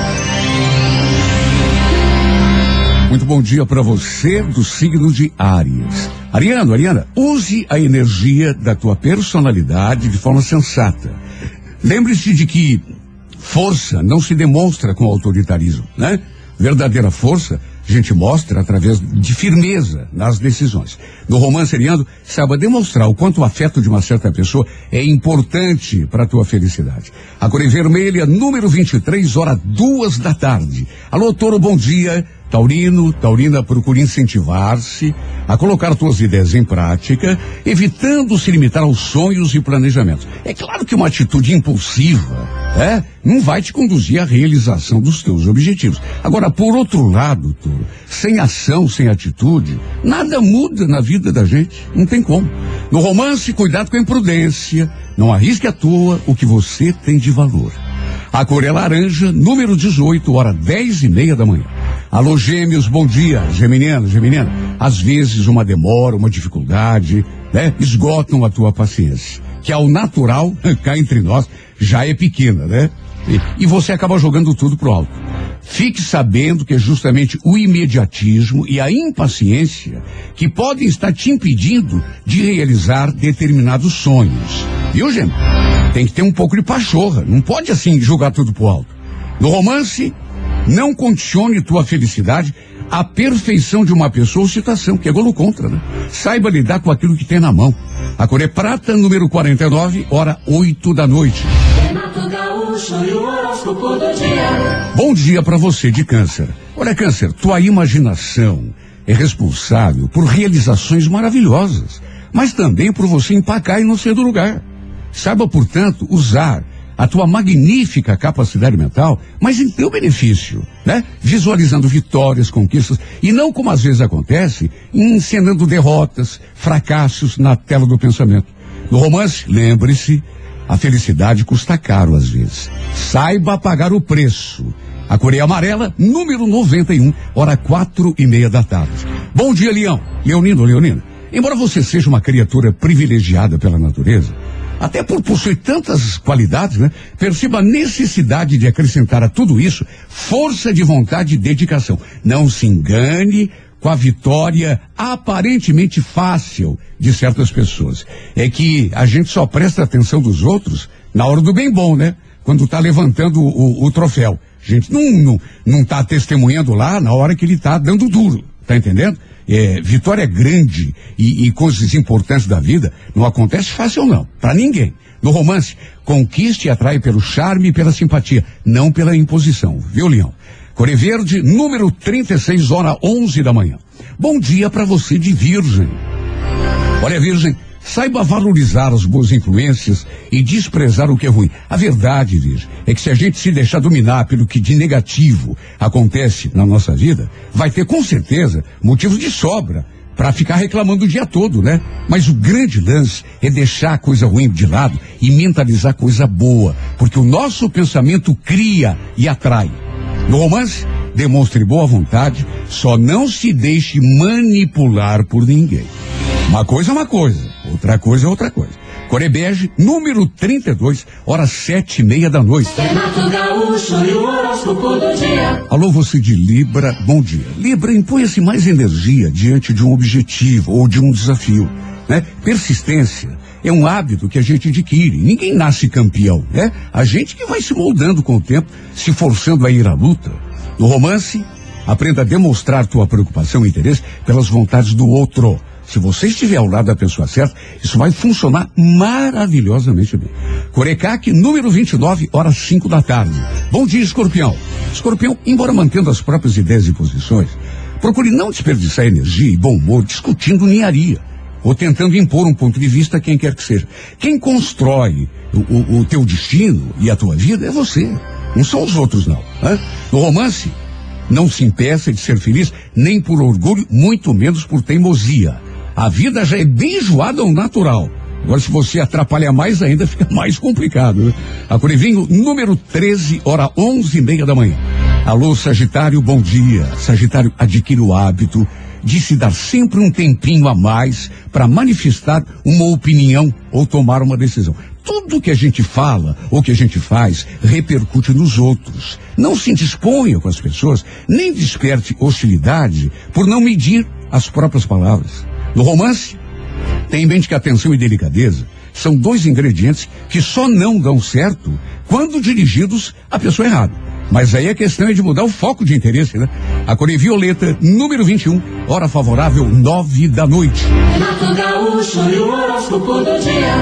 Muito bom dia para você do signo de Áries. Ariano, Ariana, use a energia da tua personalidade de forma sensata. Lembre-se de que força não se demonstra com autoritarismo, né? Verdadeira força a gente mostra através de firmeza nas decisões. No romance, Ariano, saiba demonstrar o quanto o afeto de uma certa pessoa é importante para a tua felicidade. A cor é vermelha, número vinte e três, hora duas da tarde. Alô, Touro, bom dia. Taurino, Taurina, procure incentivar-se a colocar suas ideias em prática, evitando se limitar aos sonhos e planejamentos. É claro que uma atitude impulsiva, é, não vai te conduzir à realização dos teus objetivos. Agora, por outro lado, Touro, sem ação, sem atitude, nada muda na vida da gente. Não tem como. No romance, cuidado com a imprudência. Não arrisque à toa o que você tem de valor. A cor é laranja, número dezoito, hora dez e meia da manhã. Alô, Gêmeos, bom dia. Geminiano, Geminiana. Às vezes uma demora, uma dificuldade, né, esgotam a tua paciência, que ao natural, cá entre nós, já é pequena, né? E, e você acaba jogando tudo pro alto. Fique sabendo que é justamente o imediatismo e a impaciência que podem estar te impedindo de realizar determinados sonhos. Viu, Gêmeo? Tem que ter um pouco de pachorra, não pode assim jogar tudo pro alto. No romance, não condicione tua felicidade à perfeição de uma pessoa ou situação, que é golo contra, né? Saiba lidar com aquilo que tem na mão. A cor é prata, número quarenta e nove, hora oito da noite. Gaúcho e o horóscopo do dia. Bom dia para você de Câncer. Olha, Câncer, tua imaginação é responsável por realizações maravilhosas, mas também por você empacar e não ser do lugar. Saiba, portanto, usar a tua magnífica capacidade mental, mas em teu benefício, né? Visualizando vitórias, conquistas, e não como às vezes acontece, encenando derrotas, fracassos na tela do pensamento. No romance, lembre-se, a felicidade custa caro às vezes. Saiba pagar o preço. A cor é amarela, número noventa e um, hora quatro e meia da tarde. Bom dia, Leão. Leonino, Leonina. Embora você seja uma criatura privilegiada pela natureza, até por possuir tantas qualidades, né? Perceba a necessidade de acrescentar a tudo isso força de vontade e dedicação. Não se engane com a vitória aparentemente fácil de certas pessoas. É que a gente só presta atenção dos outros na hora do bem bom, né? Quando tá levantando o, o troféu. A gente não, não, não tá testemunhando lá na hora que ele tá dando duro. Tá entendendo? É, vitória grande e, e coisas importantes da vida não acontece fácil não, pra ninguém. No romance, conquiste e atrai pelo charme e pela simpatia, não pela imposição, viu, Leão? Core Verde, número trinta e seis, hora onze da manhã. Bom dia pra você de Virgem. Olha, Virgem, saiba valorizar as boas influências e desprezar o que é ruim. A verdade, Virgem, é que se a gente se deixar dominar pelo que de negativo acontece na nossa vida, vai ter com certeza motivos de sobra para ficar reclamando o dia todo, né? Mas o grande lance é deixar a coisa ruim de lado e mentalizar coisa boa, porque o nosso pensamento cria e atrai. No romance, demonstre boa vontade, só não se deixe manipular por ninguém. Uma coisa é uma coisa, outra coisa é outra coisa. Corebege, número trinta e dois, horas sete e meia da noite. Renato Gaúcho e o horóscopo do dia. Alô, você de Libra, bom dia. Libra, imponha-se mais energia diante de um objetivo ou de um desafio, né? Persistência é um hábito que a gente adquire. Ninguém nasce campeão, né? A gente que vai se moldando com o tempo, se forçando a ir à luta. No romance, aprenda a demonstrar tua preocupação e interesse pelas vontades do outro. Se você estiver ao lado da pessoa certa, isso vai funcionar maravilhosamente bem. Corecaque, número vinte e nove, horas cinco da tarde. Bom dia, Escorpião. Escorpião, embora mantendo as próprias ideias e posições, procure não desperdiçar energia e bom humor discutindo ninharia ou tentando impor um ponto de vista a quem quer que seja. Quem constrói o, o, o teu destino e a tua vida é você, não são os outros não. Né? No romance, não se impeça de ser feliz nem por orgulho, muito menos por teimosia. A vida já é bem enjoada ao natural. Agora, se você atrapalha mais ainda, fica mais complicado. Né? A Curivinho, número treze, hora onze e meia da manhã. Alô, Sagitário, bom dia. Sagitário, adquire o hábito de se dar sempre um tempinho a mais para manifestar uma opinião ou tomar uma decisão. Tudo que a gente fala ou que a gente faz repercute nos outros. Não se disponha com as pessoas, nem desperte hostilidade por não medir as próprias palavras. No romance, tenha em mente que atenção e delicadeza são dois ingredientes que só não dão certo quando dirigidos à pessoa errada. Mas aí a questão é de mudar o foco de interesse, né? A cor é violeta, número vinte e um, hora favorável, nove da noite. Renato Gaúcho e o horóscopo do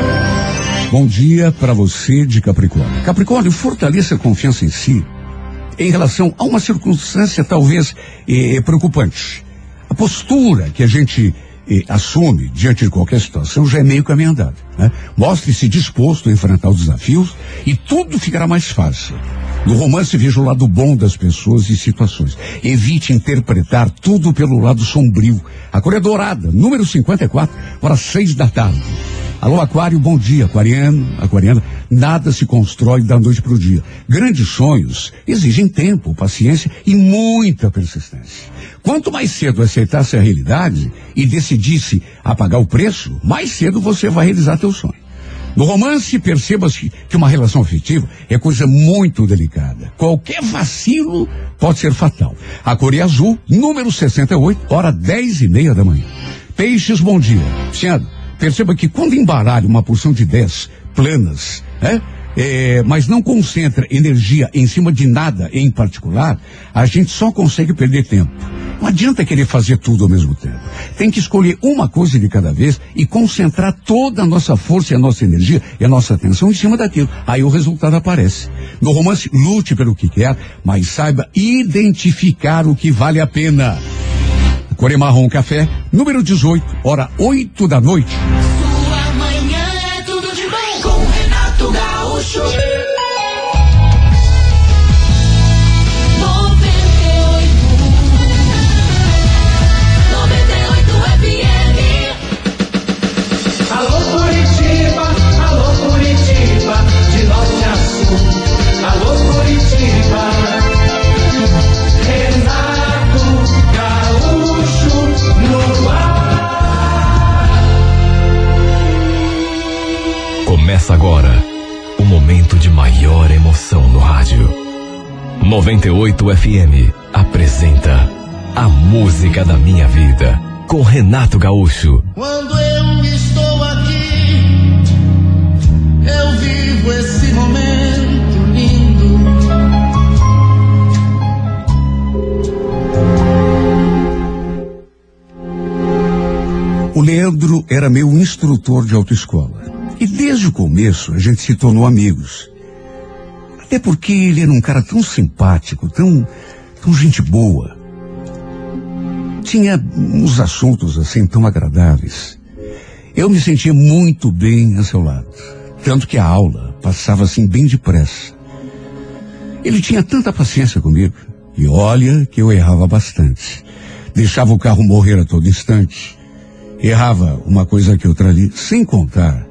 dia. Bom dia para você de Capricórnio. Capricórnio, fortaleça a confiança em si em relação a uma circunstância talvez eh, preocupante. A postura que a gente eh, assume diante de qualquer situação já é meio caminho andado, né? Mostre-se disposto a enfrentar os desafios e tudo ficará mais fácil. No romance, veja o lado bom das pessoas e situações. Evite interpretar tudo pelo lado sombrio. A cor é dourada, número cinquenta e quatro, horas seis da tarde. Alô, Aquário, bom dia, aquariano, aquariana. Nada se constrói da noite para o dia. Grandes sonhos exigem tempo, paciência e muita persistência. Quanto mais cedo aceitasse a realidade e decidisse a pagar o preço, mais cedo você vai realizar teu sonho. No romance, perceba-se que uma relação afetiva é coisa muito delicada. Qualquer vacilo pode ser fatal. A cor é azul, número sessenta e oito, hora dez e meia da manhã. Peixes, bom dia. Senhora, perceba que quando embaralha uma porção de ideias planas, é, é, mas não concentra energia em cima de nada em particular, a gente só consegue perder tempo. Não adianta querer fazer tudo ao mesmo tempo. Tem que escolher uma coisa de cada vez e concentrar toda a nossa força e a nossa energia e a nossa atenção em cima daquilo. Aí o resultado aparece. No romance, lute pelo que quer, mas saiba identificar o que vale a pena. Corê Marrom Café, número dezoito, hora oito da noite. Sua manhã é tudo de bom com Renato Gaúcho. Alô Curitiba, alô Curitiba, de norte a sul. Alô Curitiba, Renato Gaúcho no ar. Começa agora o momento de maior emoção no rádio. noventa e oito F M apresenta A Música da Minha Vida com Renato Gaúcho. Quando eu estou aqui, eu vivo esse momento lindo. O Leandro era meu instrutor de autoescola. E desde o começo a gente se tornou amigos. Até porque ele era um cara tão simpático, tão, tão gente boa. Tinha uns assuntos assim tão agradáveis. Eu me sentia muito bem a seu lado. Tanto que a aula passava assim bem depressa. Ele tinha tanta paciência comigo. E olha que eu errava bastante. Deixava o carro morrer a todo instante. Errava uma coisa que outra ali, sem contar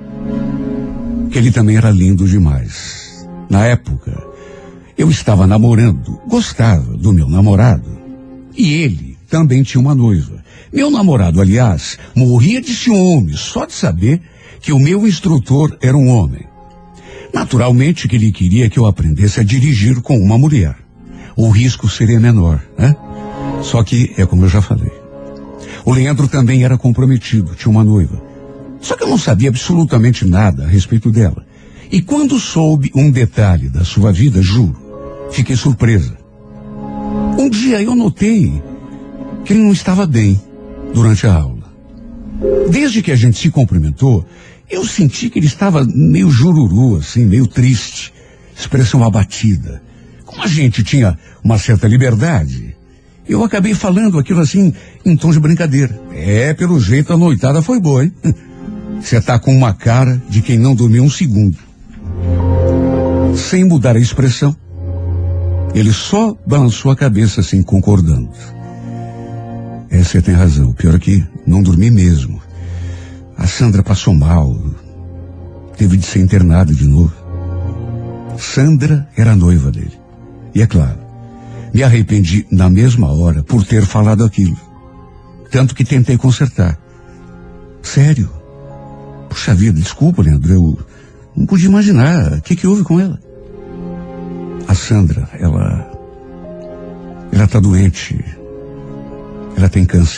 que ele também era lindo demais. Na época, eu estava namorando, gostava do meu namorado. E ele também tinha uma noiva. Meu namorado, aliás, morria de ciúmes só de saber que o meu instrutor era um homem. Naturalmente que ele queria que eu aprendesse a dirigir com uma mulher. O risco seria menor, né? Só que é como eu já falei. O Leandro também era comprometido, tinha uma noiva. Só que eu não sabia absolutamente nada a respeito dela. E quando soube um detalhe da sua vida, juro, fiquei surpresa. Um dia eu notei que ele não estava bem durante a aula. Desde que a gente se cumprimentou, eu senti que ele estava meio jururu, assim, meio triste, expressão abatida. Como a gente tinha uma certa liberdade, eu acabei falando aquilo assim em tom de brincadeira. É, pelo jeito a noitada foi boa, hein? Você tá com uma cara de quem não dormiu um segundo. Sem mudar a expressão, ele só balançou a cabeça assim, concordando. É, você tem razão. O pior é que não dormi mesmo. A Sandra passou mal. Teve de ser internada de novo. Sandra era a noiva dele. E é claro, me arrependi na mesma hora por ter falado aquilo. Tanto que tentei consertar. Sério. Puxa vida, desculpa, Leandro. Eu não podia imaginar. O que que houve com ela? A Sandra, ela... Ela tá doente. Ela tem câncer.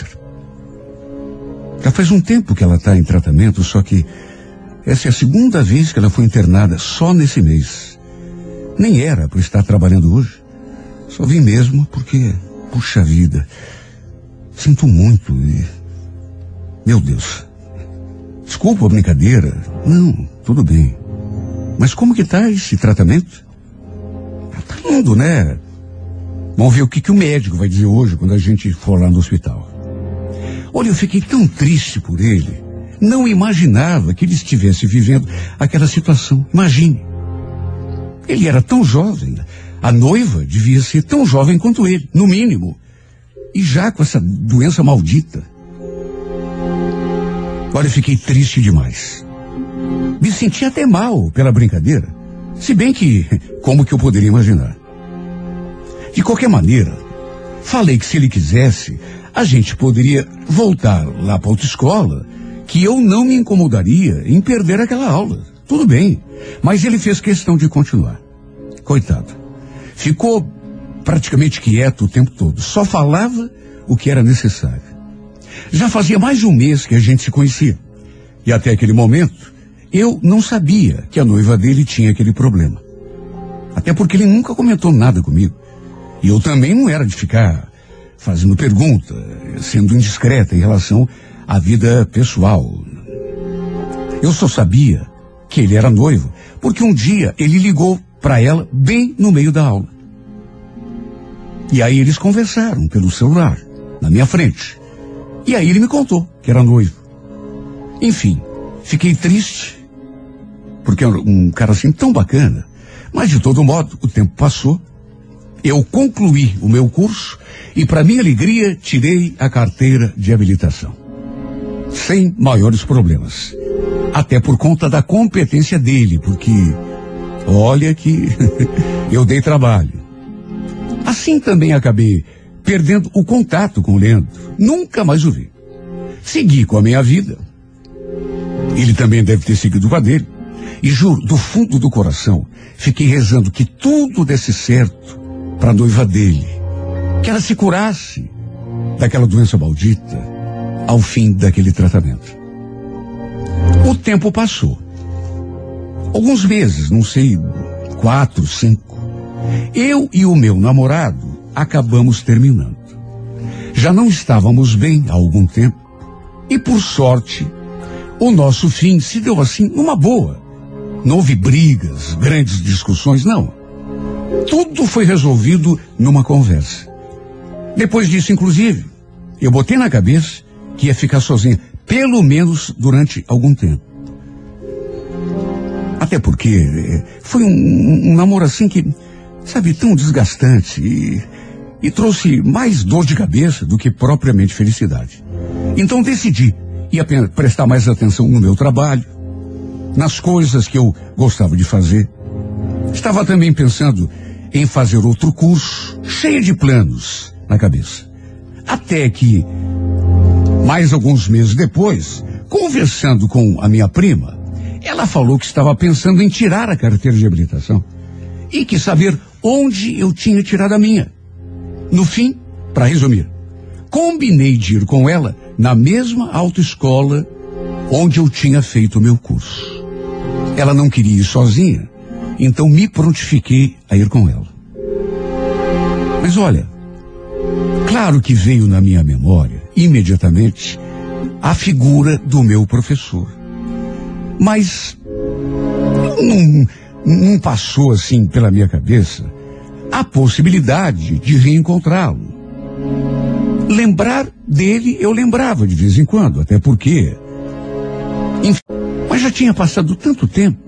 Já faz um tempo que ela está em tratamento, só que essa é a segunda vez que ela foi internada só nesse mês. Nem era para estar trabalhando hoje. Só vim mesmo porque, puxa vida, sinto muito e... Meu Deus. Desculpa a brincadeira. Não, tudo bem. Mas como que tá esse tratamento? Tá indo, né? Vamos ver o que, que o médico vai dizer hoje quando a gente for lá no hospital. Olha, eu fiquei tão triste por ele. Não imaginava que ele estivesse vivendo aquela situação. Imagine. Ele era tão jovem. A noiva devia ser tão jovem quanto ele, no mínimo. E já com essa doença maldita. Olha, eu fiquei triste demais. Me senti até mal pela brincadeira. Se bem que, como que eu poderia imaginar? De qualquer maneira, falei que se ele quisesse, a gente poderia voltar lá para a autoescola, que eu não me incomodaria em perder aquela aula. Tudo bem, mas ele fez questão de continuar. Coitado. Ficou praticamente quieto o tempo todo. Só falava o que era necessário. Já fazia mais de um mês que a gente se conhecia. E até aquele momento, eu não sabia que a noiva dele tinha aquele problema. Até porque ele nunca comentou nada comigo. E eu também não era de ficar fazendo pergunta, sendo indiscreta em relação à vida pessoal. Eu só sabia que ele era noivo, porque um dia ele ligou para ela bem no meio da aula. E aí eles conversaram pelo celular, na minha frente. E aí ele me contou que era noivo. Enfim, fiquei triste, porque era um cara assim tão bacana. Mas de todo modo, o tempo passou. Eu concluí o meu curso e, para minha alegria, tirei a carteira de habilitação. Sem maiores problemas. Até por conta da competência dele, porque olha que eu dei trabalho. Assim também acabei perdendo o contato com o Leandro. Nunca mais o vi. Segui com a minha vida. Ele também deve ter seguido com a dele. E juro, do fundo do coração, fiquei rezando que tudo desse certo para a noiva dele. Que ela se curasse daquela doença maldita ao fim daquele tratamento. O tempo passou. Alguns meses, não sei, quatro, cinco. Eu e o meu namorado acabamos terminando. Já não estávamos bem há algum tempo. E por sorte, o nosso fim se deu assim numa boa. Não houve brigas, grandes discussões, não. Tudo foi resolvido numa conversa. Depois disso, inclusive, eu botei na cabeça que ia ficar sozinha, pelo menos durante algum tempo. Até porque foi um, um, um namoro assim que, sabe, tão desgastante e, e trouxe mais dor de cabeça do que propriamente felicidade. Então decidi ia prestar mais atenção no meu trabalho, nas coisas que eu gostava de fazer. Estava também pensando em fazer outro curso, cheio de planos na cabeça. Até que, mais alguns meses depois, conversando com a minha prima, ela falou que estava pensando em tirar a carteira de habilitação e quis saber onde eu tinha tirado a minha. No fim, para resumir, combinei de ir com ela na mesma autoescola onde eu tinha feito o meu curso. Ela não queria ir sozinha, então me prontifiquei a ir com ela. Mas olha, claro que veio na minha memória, imediatamente, a figura do meu professor. Mas não, não passou assim pela minha cabeça a possibilidade de reencontrá-lo. Lembrar dele eu lembrava de vez em quando, até porque... Enfim, mas já tinha passado tanto tempo.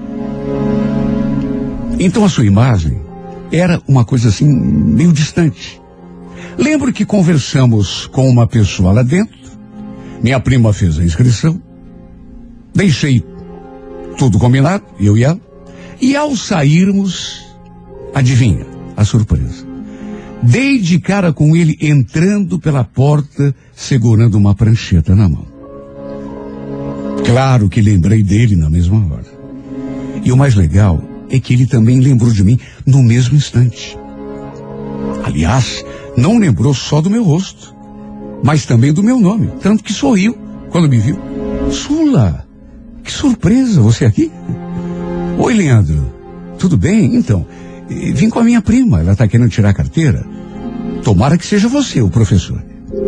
Então a sua imagem era uma coisa assim meio distante. Lembro que conversamos com uma pessoa lá dentro. Minha prima fez a inscrição. Deixei tudo combinado, eu e ela. E ao sairmos, adivinha, a surpresa. Dei de cara com ele entrando pela porta, segurando uma prancheta na mão. Claro que lembrei dele na mesma hora. E o mais legal é que ele também lembrou de mim no mesmo instante. Aliás, não lembrou só do meu rosto, mas também do meu nome, tanto que sorriu quando me viu. Sula, que surpresa, você aqui? Oi, Leandro, tudo bem? Então, vim com a minha prima, ela está querendo tirar a carteira. Tomara que seja você, o professor.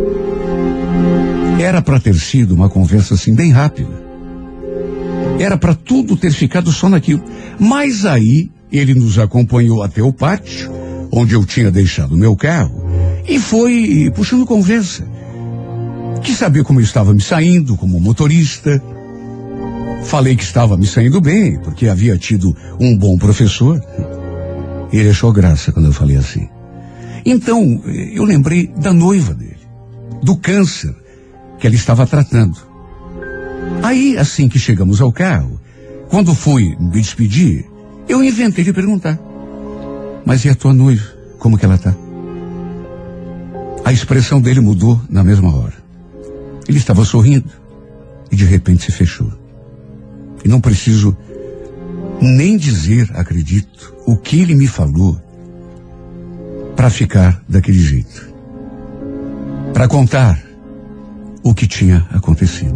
Era para ter sido uma conversa assim bem rápida. Era para tudo ter ficado só naquilo. Mas aí ele nos acompanhou até o pátio, onde eu tinha deixado o meu carro, e foi puxando conversa. Quis saber como eu estava me saindo como motorista. Falei que estava me saindo bem, porque havia tido um bom professor. Ele achou graça quando eu falei assim. Então, eu lembrei da noiva dele, do câncer que ela estava tratando. Aí, assim que chegamos ao carro, quando fui me despedir, eu inventei de perguntar: mas e a tua noiva? Como que ela está? A expressão dele mudou na mesma hora. Ele estava sorrindo e de repente se fechou. E não preciso nem dizer, acredito, o que ele me falou para ficar daquele jeito. Para contar o que tinha acontecido.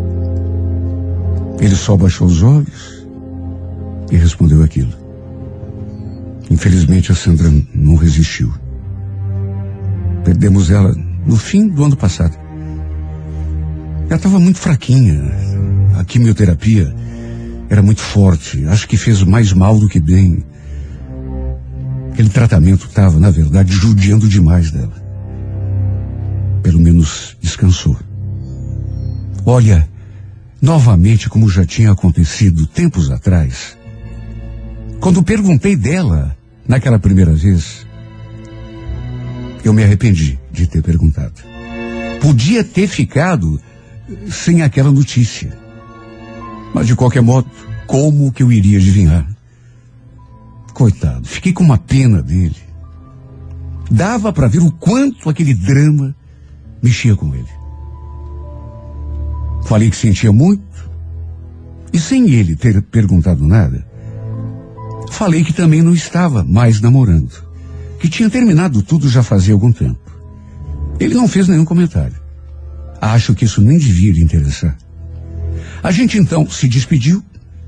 Ele só baixou os olhos e respondeu aquilo. Infelizmente a Sandra não resistiu. Perdemos ela no fim do ano passado. Ela estava muito fraquinha. A quimioterapia era muito forte. Acho que fez mais mal do que bem. Aquele tratamento estava, na verdade, judiando demais dela. Pelo menos descansou. Olha, novamente, como já tinha acontecido tempos atrás, quando perguntei dela naquela primeira vez, eu me arrependi de ter perguntado. Podia ter ficado sem aquela notícia. Mas de qualquer modo, como que eu iria adivinhar? Coitado, fiquei com uma pena dele. Dava para ver o quanto aquele drama mexia com ele. Falei que sentia muito, e sem ele ter perguntado nada, falei que também não estava mais namorando, que tinha terminado tudo já fazia algum tempo. Ele não fez nenhum comentário. Acho que isso nem devia lhe interessar. A gente então se despediu.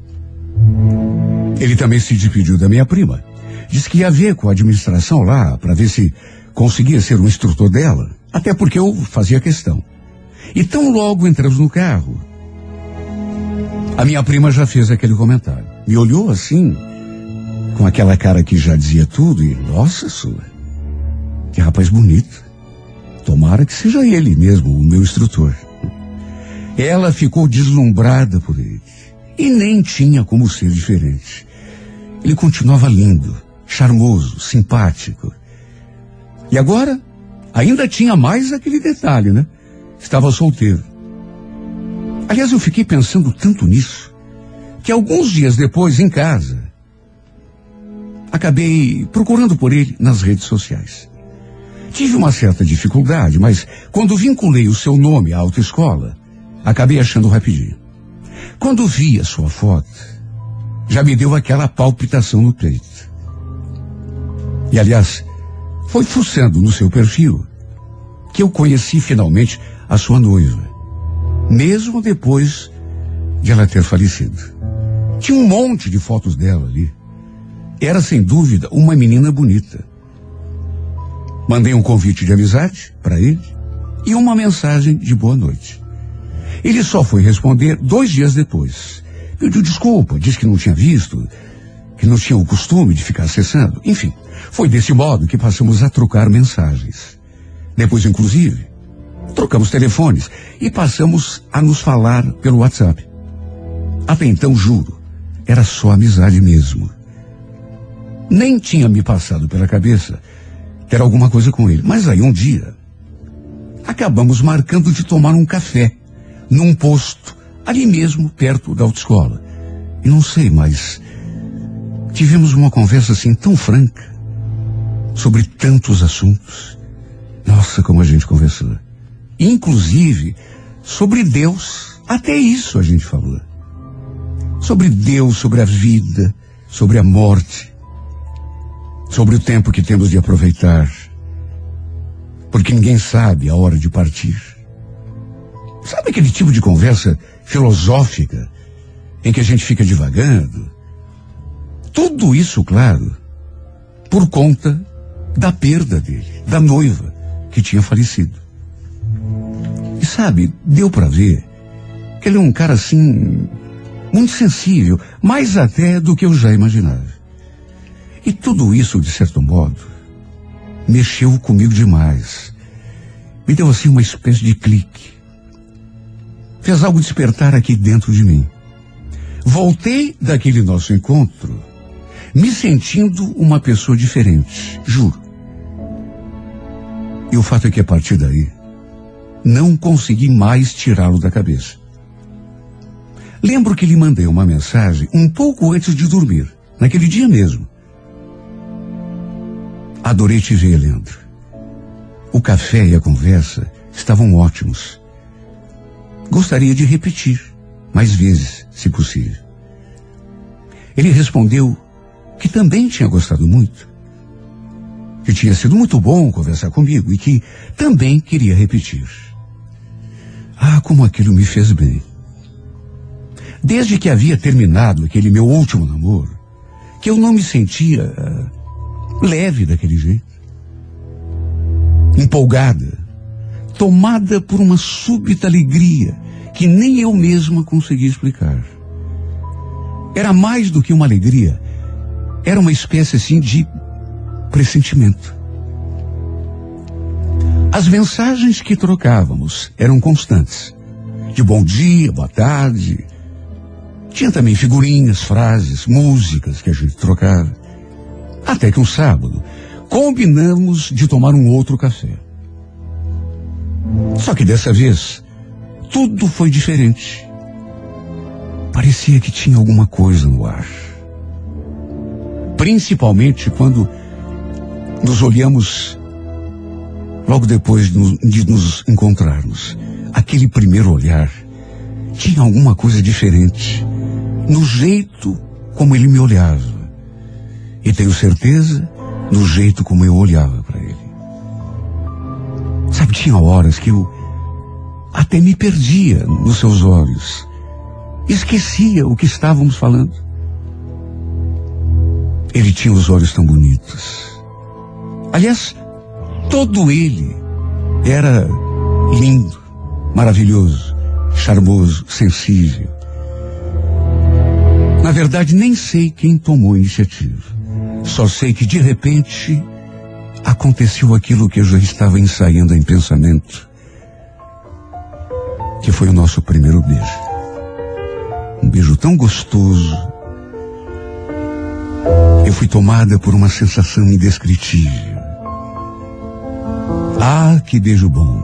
Ele também se despediu da minha prima. Disse que ia ver com a administração lá para ver se conseguia ser um instrutor dela, até porque eu fazia questão. E tão logo entramos no carro, a minha prima já fez aquele comentário. Me olhou assim, com aquela cara que já dizia tudo, e nossa sua, que rapaz bonito. Tomara que seja ele mesmo, o meu instrutor. Ela ficou deslumbrada por ele. E nem tinha como ser diferente. Ele continuava lindo, charmoso, simpático. E agora, ainda tinha mais aquele detalhe, né? Estava solteiro. Aliás, eu fiquei pensando tanto nisso, que alguns dias depois, em casa, acabei procurando por ele nas redes sociais. Tive uma certa dificuldade, mas quando vinculei o seu nome à autoescola, acabei achando rapidinho. Quando vi a sua foto, já me deu aquela palpitação no peito. E aliás, foi fuçando no seu perfil que eu conheci finalmente a sua noiva, mesmo depois de ela ter falecido. Tinha um monte de fotos dela ali. Era sem dúvida uma menina bonita. Mandei um convite de amizade para ele e uma mensagem de boa noite. Ele só foi responder dois dias depois. Pediu desculpa, disse que não tinha visto, que não tinha o costume de ficar acessando. Enfim, foi desse modo que passamos a trocar mensagens. Depois, inclusive, trocamos telefones e passamos a nos falar pelo WhatsApp. Até então, juro, era só amizade mesmo. Nem tinha me passado pela cabeça ter alguma coisa com ele. Mas aí um dia, acabamos marcando de tomar um café num posto, ali mesmo, perto da autoescola. E não sei, mas tivemos uma conversa assim tão franca, sobre tantos assuntos. Nossa, como a gente conversou. Inclusive, sobre Deus. Até isso a gente falou. Sobre Deus, sobre a vida, sobre a morte, sobre o tempo que temos de aproveitar, porque ninguém sabe a hora de partir. Sabe aquele tipo de conversa filosófica em que a gente fica divagando? Tudo isso, claro, por conta da perda dele, da noiva que tinha falecido. E sabe, deu para ver que ele é um cara assim, muito sensível, mais até do que eu já imaginava. E tudo isso, de certo modo, mexeu comigo demais. Me deu assim uma espécie de clique. Fez algo despertar aqui dentro de mim. Voltei daquele nosso encontro me sentindo uma pessoa diferente, juro. E o fato é que a partir daí, não consegui mais tirá-lo da cabeça. Lembro que lhe mandei uma mensagem um pouco antes de dormir, naquele dia mesmo. Adorei te ver, Leandro. O café e a conversa estavam ótimos. Gostaria de repetir mais vezes, se possível. Ele respondeu que também tinha gostado muito, que tinha sido muito bom conversar comigo e que também queria repetir. Ah, como aquilo me fez bem. Desde que havia terminado aquele meu último namoro, que eu não me sentia uh, leve daquele jeito. empolgada, tomada por uma súbita alegria que nem eu mesma conseguia explicar. Era mais do que uma alegria, era uma espécie assim de pressentimento. As mensagens que trocávamos eram constantes, de bom dia, boa tarde. Tinha também figurinhas, frases, músicas que a gente trocava. Até que um sábado, combinamos de tomar um outro café. Só que dessa vez, tudo foi diferente. Parecia que tinha alguma coisa no ar. Principalmente quando nos olhamos logo depois de nos encontrarmos. Aquele primeiro olhar tinha alguma coisa diferente no jeito como ele me olhava. E tenho certeza no jeito como eu olhava para ele. Sabe, tinha horas que eu até me perdia nos seus olhos. Esquecia o que estávamos falando. Ele tinha os olhos tão bonitos. Aliás, todo ele era lindo, maravilhoso, charmoso, sensível. Na verdade, nem sei quem tomou a iniciativa. Só sei que, de repente, aconteceu aquilo que eu já estava ensaiando em pensamento, que foi o nosso primeiro beijo. Um beijo tão gostoso. Eu fui tomada por uma sensação indescritível. Ah, que beijo bom.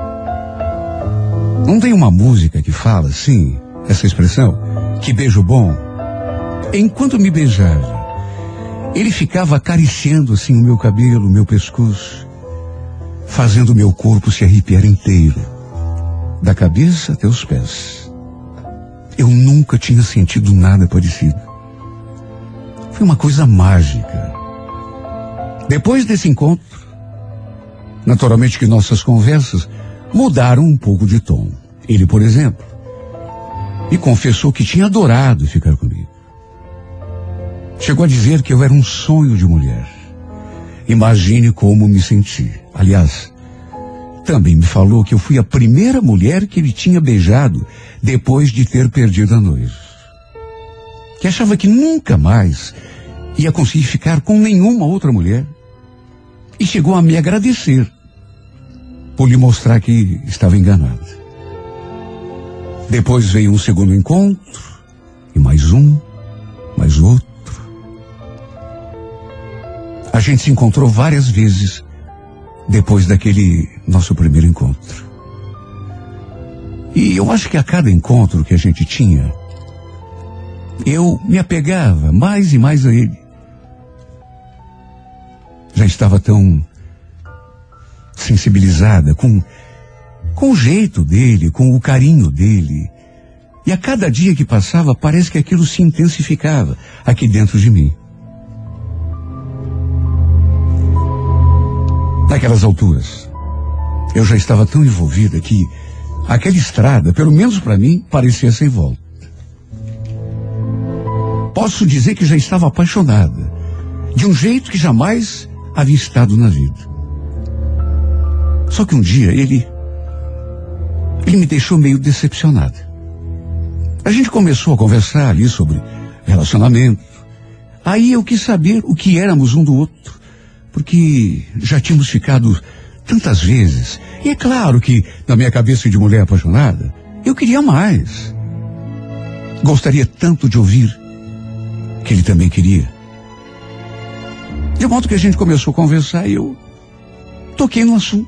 Não tem uma música que fala assim, essa expressão? Que beijo bom. Enquanto me beijava, ele ficava acariciando assim o meu cabelo, o meu pescoço, fazendo o meu corpo se arrepiar inteiro, da cabeça até os pés. Eu nunca tinha sentido nada parecido. Foi uma coisa mágica. Depois desse encontro, naturalmente que nossas conversas mudaram um pouco de tom. Ele, por exemplo, me confessou que tinha adorado ficar comigo. Chegou a dizer que eu era um sonho de mulher. Imagine como me senti. Aliás, também me falou que eu fui a primeira mulher que ele tinha beijado depois de ter perdido a noiva. Que achava que nunca mais ia conseguir ficar com nenhuma outra mulher. E chegou a me agradecer por lhe mostrar que estava enganada. Depois veio um segundo encontro, e mais um, mais outro. A gente se encontrou várias vezes depois daquele nosso primeiro encontro. E eu acho que a cada encontro que a gente tinha, eu me apegava mais e mais a ele. Já estava tão sensibilizada com, com o jeito dele, com o carinho dele. E a cada dia que passava, parece que aquilo se intensificava aqui dentro de mim. Naquelas alturas, eu já estava tão envolvida que aquela estrada, pelo menos para mim, parecia sem volta. Posso dizer que já estava apaixonada, de um jeito que jamais havia estado na vida. Só que um dia ele, ele me deixou meio decepcionada. A gente começou a conversar ali sobre relacionamento. Aí eu quis saber o que éramos um do outro, porque já tínhamos ficado tantas vezes. E é claro que, na minha cabeça de mulher apaixonada, eu queria mais. Gostaria tanto de ouvir que ele também queria. De modo que a gente começou a conversar e eu toquei no assunto.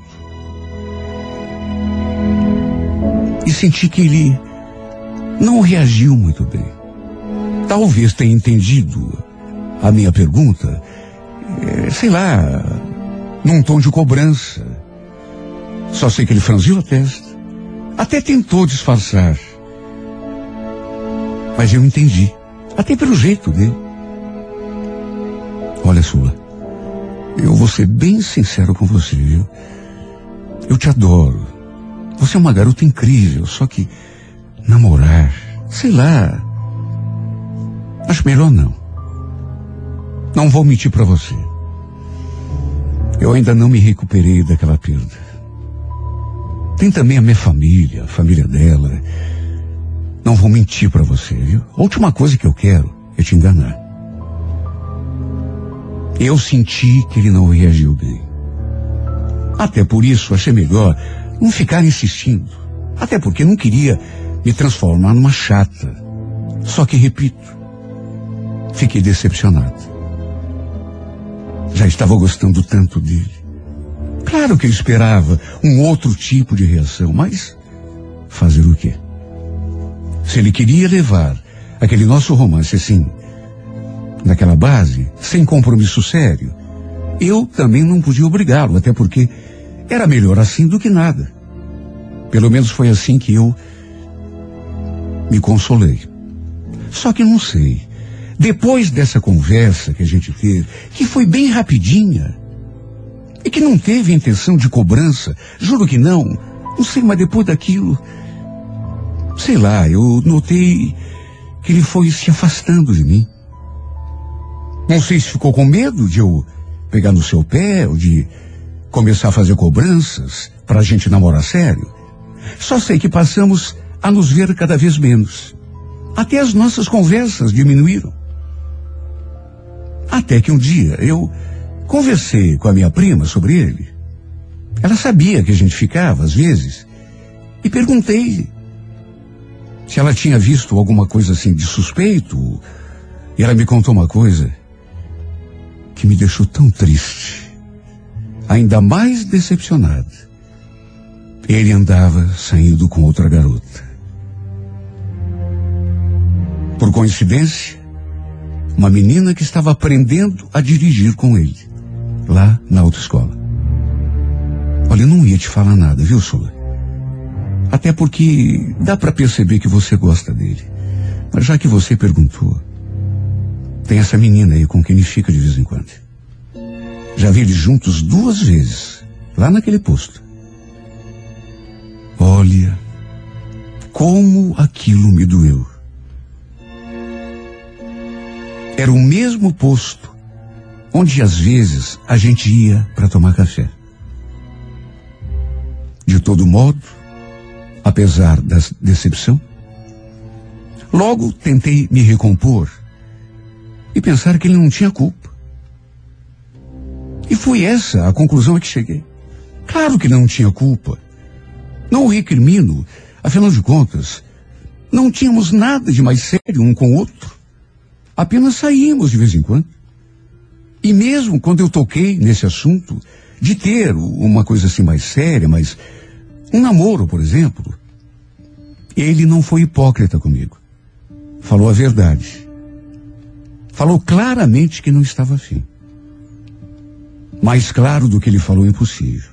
E senti que ele não reagiu muito bem. Talvez tenha entendido a minha pergunta, é, sei lá, num tom de cobrança. Só sei que ele franziu a testa, até tentou disfarçar. Mas eu entendi, até pelo jeito dele. Olha, Sula, eu vou ser bem sincero com você, viu? Eu te adoro. Você é uma garota incrível, só que namorar, sei lá, acho melhor não. Não vou mentir pra você. Eu ainda não me recuperei daquela perda. Tem também a minha família, a família dela. Não vou mentir pra você, viu? A última coisa que eu quero é te enganar. Eu senti que ele não reagiu bem. Até por isso achei melhor não ficar insistindo. Até porque não queria me transformar numa chata. Só que, repito, fiquei decepcionado. Já estava gostando tanto dele. Claro que eu esperava um outro tipo de reação, mas fazer o quê? Se ele queria levar aquele nosso romance assim, naquela base, sem compromisso sério, eu também não podia obrigá-lo, até porque era melhor assim do que nada. Pelo menos foi assim que eu me consolei. Só que não sei, depois dessa conversa que a gente teve, que foi bem rapidinha, e que não teve intenção de cobrança, juro que não, não sei, mas depois daquilo, sei lá, eu notei que ele foi se afastando de mim. Não sei se ficou com medo de eu pegar no seu pé, ou de começar a fazer cobranças pra gente namorar sério. Só sei que passamos a nos ver cada vez menos. Até as nossas conversas diminuíram. Até que um dia eu conversei com a minha prima sobre ele. Ela sabia que a gente ficava às vezes. E perguntei se ela tinha visto alguma coisa assim de suspeito. E ela me contou uma coisa que me deixou tão triste, ainda mais decepcionado. Ele andava saindo com outra garota. Por coincidência, uma menina que estava aprendendo a dirigir com ele, lá na autoescola. Olha, eu não ia te falar nada, viu, Sula? Até porque dá para perceber que você gosta dele. Mas já que você perguntou, tem essa menina aí com quem ele fica de vez em quando. Já vi eles juntos duas vezes, lá naquele posto. Olha, como aquilo me doeu. Era o mesmo posto onde às vezes a gente ia para tomar café. De todo modo, apesar da decepção, logo tentei me recompor e pensar que ele não tinha culpa. E foi essa a conclusão a que cheguei. Claro que ele não tinha culpa. Não o recrimino, afinal de contas, não tínhamos nada de mais sério um com o outro. Apenas saímos de vez em quando. E mesmo quando eu toquei nesse assunto de ter uma coisa assim mais séria, mas um namoro, por exemplo, ele não foi hipócrita comigo. Falou a verdade. Falou claramente que não estava afim. Mais claro do que ele falou, impossível.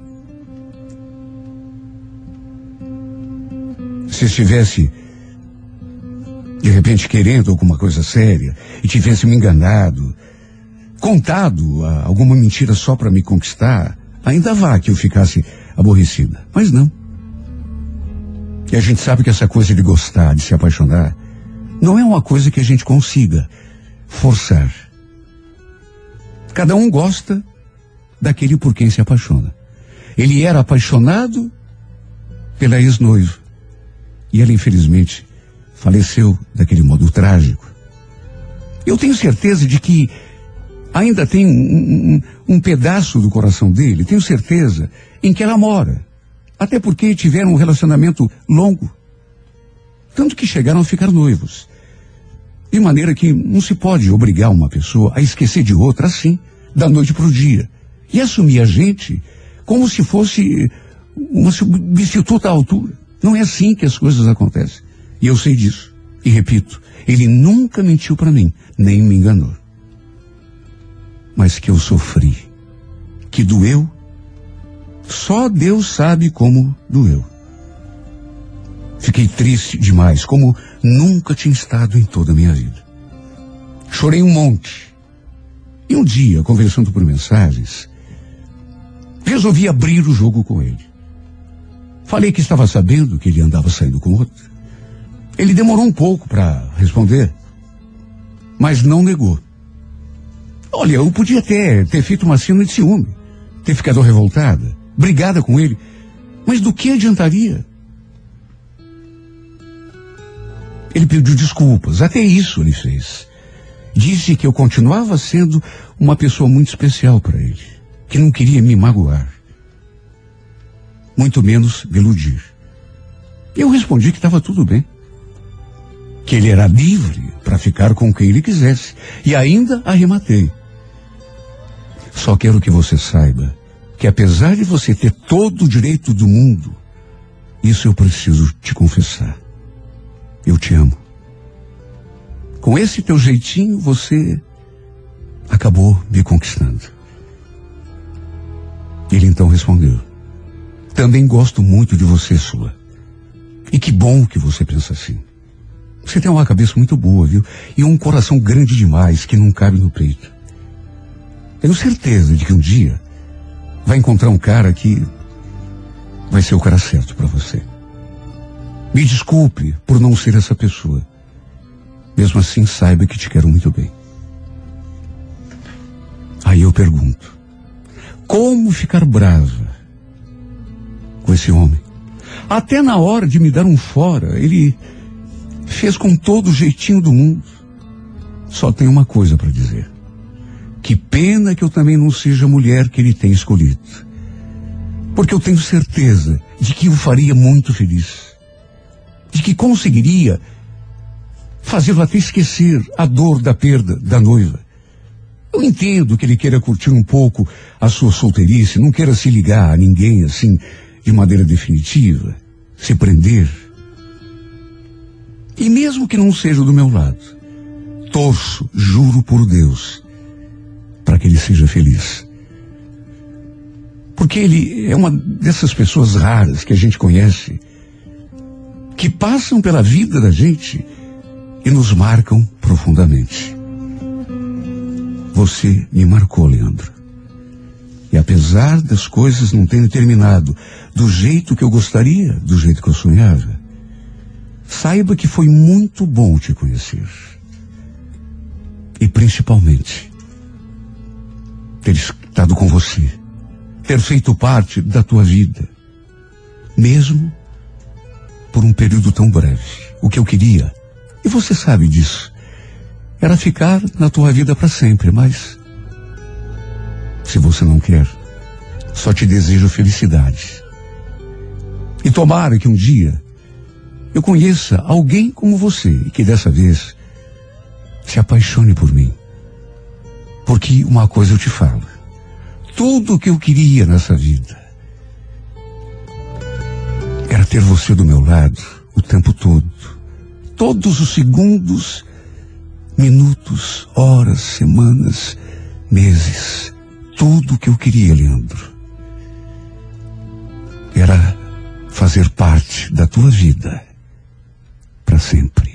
Se estivesse de repente querendo alguma coisa séria e tivesse me enganado, contado ah, alguma mentira só para me conquistar, ainda vá que eu ficasse aborrecida. Mas não. E a gente sabe que essa coisa de gostar, de se apaixonar, não é uma coisa que a gente consiga forçar. Cada um gosta daquele por quem se apaixona. Ele era apaixonado pela ex-noiva. E ela, infelizmente, faleceu daquele modo trágico. Eu tenho certeza de que ainda tem um, um, um pedaço do coração dele, tenho certeza, em que ela mora. Até porque tiveram um relacionamento longo. Tanto que chegaram a ficar noivos. De maneira que não se pode obrigar uma pessoa a esquecer de outra assim, da noite para o dia. E assumir a gente como se fosse uma substituta à altura. Não é assim que as coisas acontecem. E eu sei disso. E repito, ele nunca mentiu para mim, nem me enganou. Mas que eu sofri, que doeu, só Deus sabe como doeu. Fiquei triste demais, como nunca tinha estado em toda a minha vida. Chorei um monte. E um dia, conversando por mensagens, resolvi abrir o jogo com ele. Falei que estava sabendo que ele andava saindo com outra. Ele demorou um pouco para responder, mas não negou. Olha, eu podia até ter feito uma cena de ciúme, ter ficado revoltada, brigada com ele. Mas do que adiantaria? Ele pediu desculpas, até isso ele fez. Disse que eu continuava sendo uma pessoa muito especial para ele, que não queria me magoar, muito menos me iludir. Eu respondi que estava tudo bem, que ele era livre para ficar com quem ele quisesse, e ainda arrematei. Só quero que você saiba que apesar de você ter todo o direito do mundo, isso eu preciso te confessar. Eu te amo. Com esse teu jeitinho, você acabou me conquistando. Ele então respondeu: também gosto muito de você, Sula. E que bom que você pensa assim. Você tem uma cabeça muito boa, viu? E um coração grande demais que não cabe no peito. Tenho certeza de que um dia vai encontrar um cara que vai ser o cara certo para você. Me desculpe por não ser essa pessoa. Mesmo assim, saiba que te quero muito bem. Aí eu pergunto: como ficar brava com esse homem? Até na hora de me dar um fora, ele fez com todo o jeitinho do mundo. Só tem uma coisa para dizer: que pena que eu também não seja a mulher que ele tem escolhido. Porque eu tenho certeza de que o faria muito feliz. De que conseguiria fazê-lo até esquecer a dor da perda da noiva. Eu entendo que ele queira curtir um pouco a sua solteirice, não queira se ligar a ninguém assim de maneira definitiva, se prender. E mesmo que não seja do meu lado, torço, juro por Deus, para que ele seja feliz. Porque ele é uma dessas pessoas raras que a gente conhece, que passam pela vida da gente e nos marcam profundamente. Você me marcou, Leandro. E apesar das coisas não terem terminado do jeito que eu gostaria, do jeito que eu sonhava, saiba que foi muito bom te conhecer. E principalmente, ter estado com você, ter feito parte da tua vida, mesmo por um período tão breve. O que eu queria, e você sabe disso, era ficar na tua vida para sempre, mas se você não quer, só te desejo felicidade. E tomara que um dia eu conheça alguém como você e que dessa vez se apaixone por mim. Porque uma coisa eu te falo: tudo o que eu queria nessa vida era ter você do meu lado o tempo todo. Todos os segundos, minutos, horas, semanas, meses. Tudo o que eu queria, Leandro, era fazer parte da tua vida para sempre.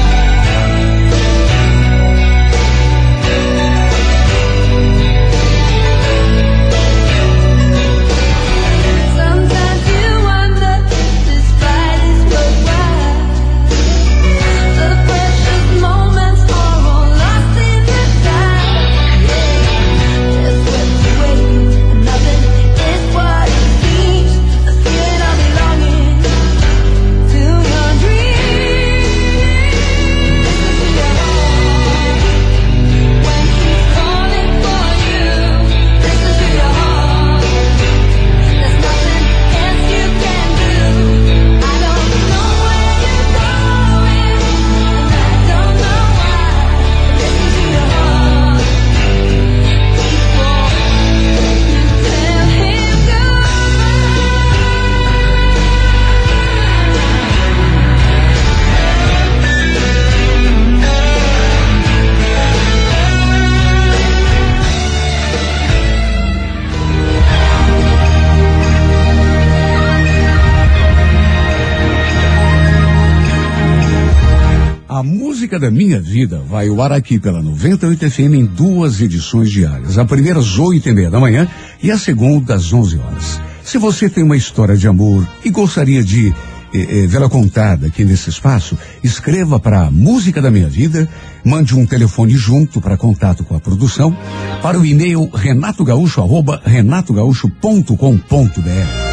Thank Música da Minha Vida vai ao ar aqui pela noventa e oito F M em duas edições diárias. A primeira às oito e meia da manhã e a segunda às onze horas. Se você tem uma história de amor e gostaria de eh, eh, vê-la contada aqui nesse espaço, escreva para Música da Minha Vida, mande um telefone junto para contato com a produção, para o e-mail renato gaúcho arroba renato gaúcho ponto com ponto br.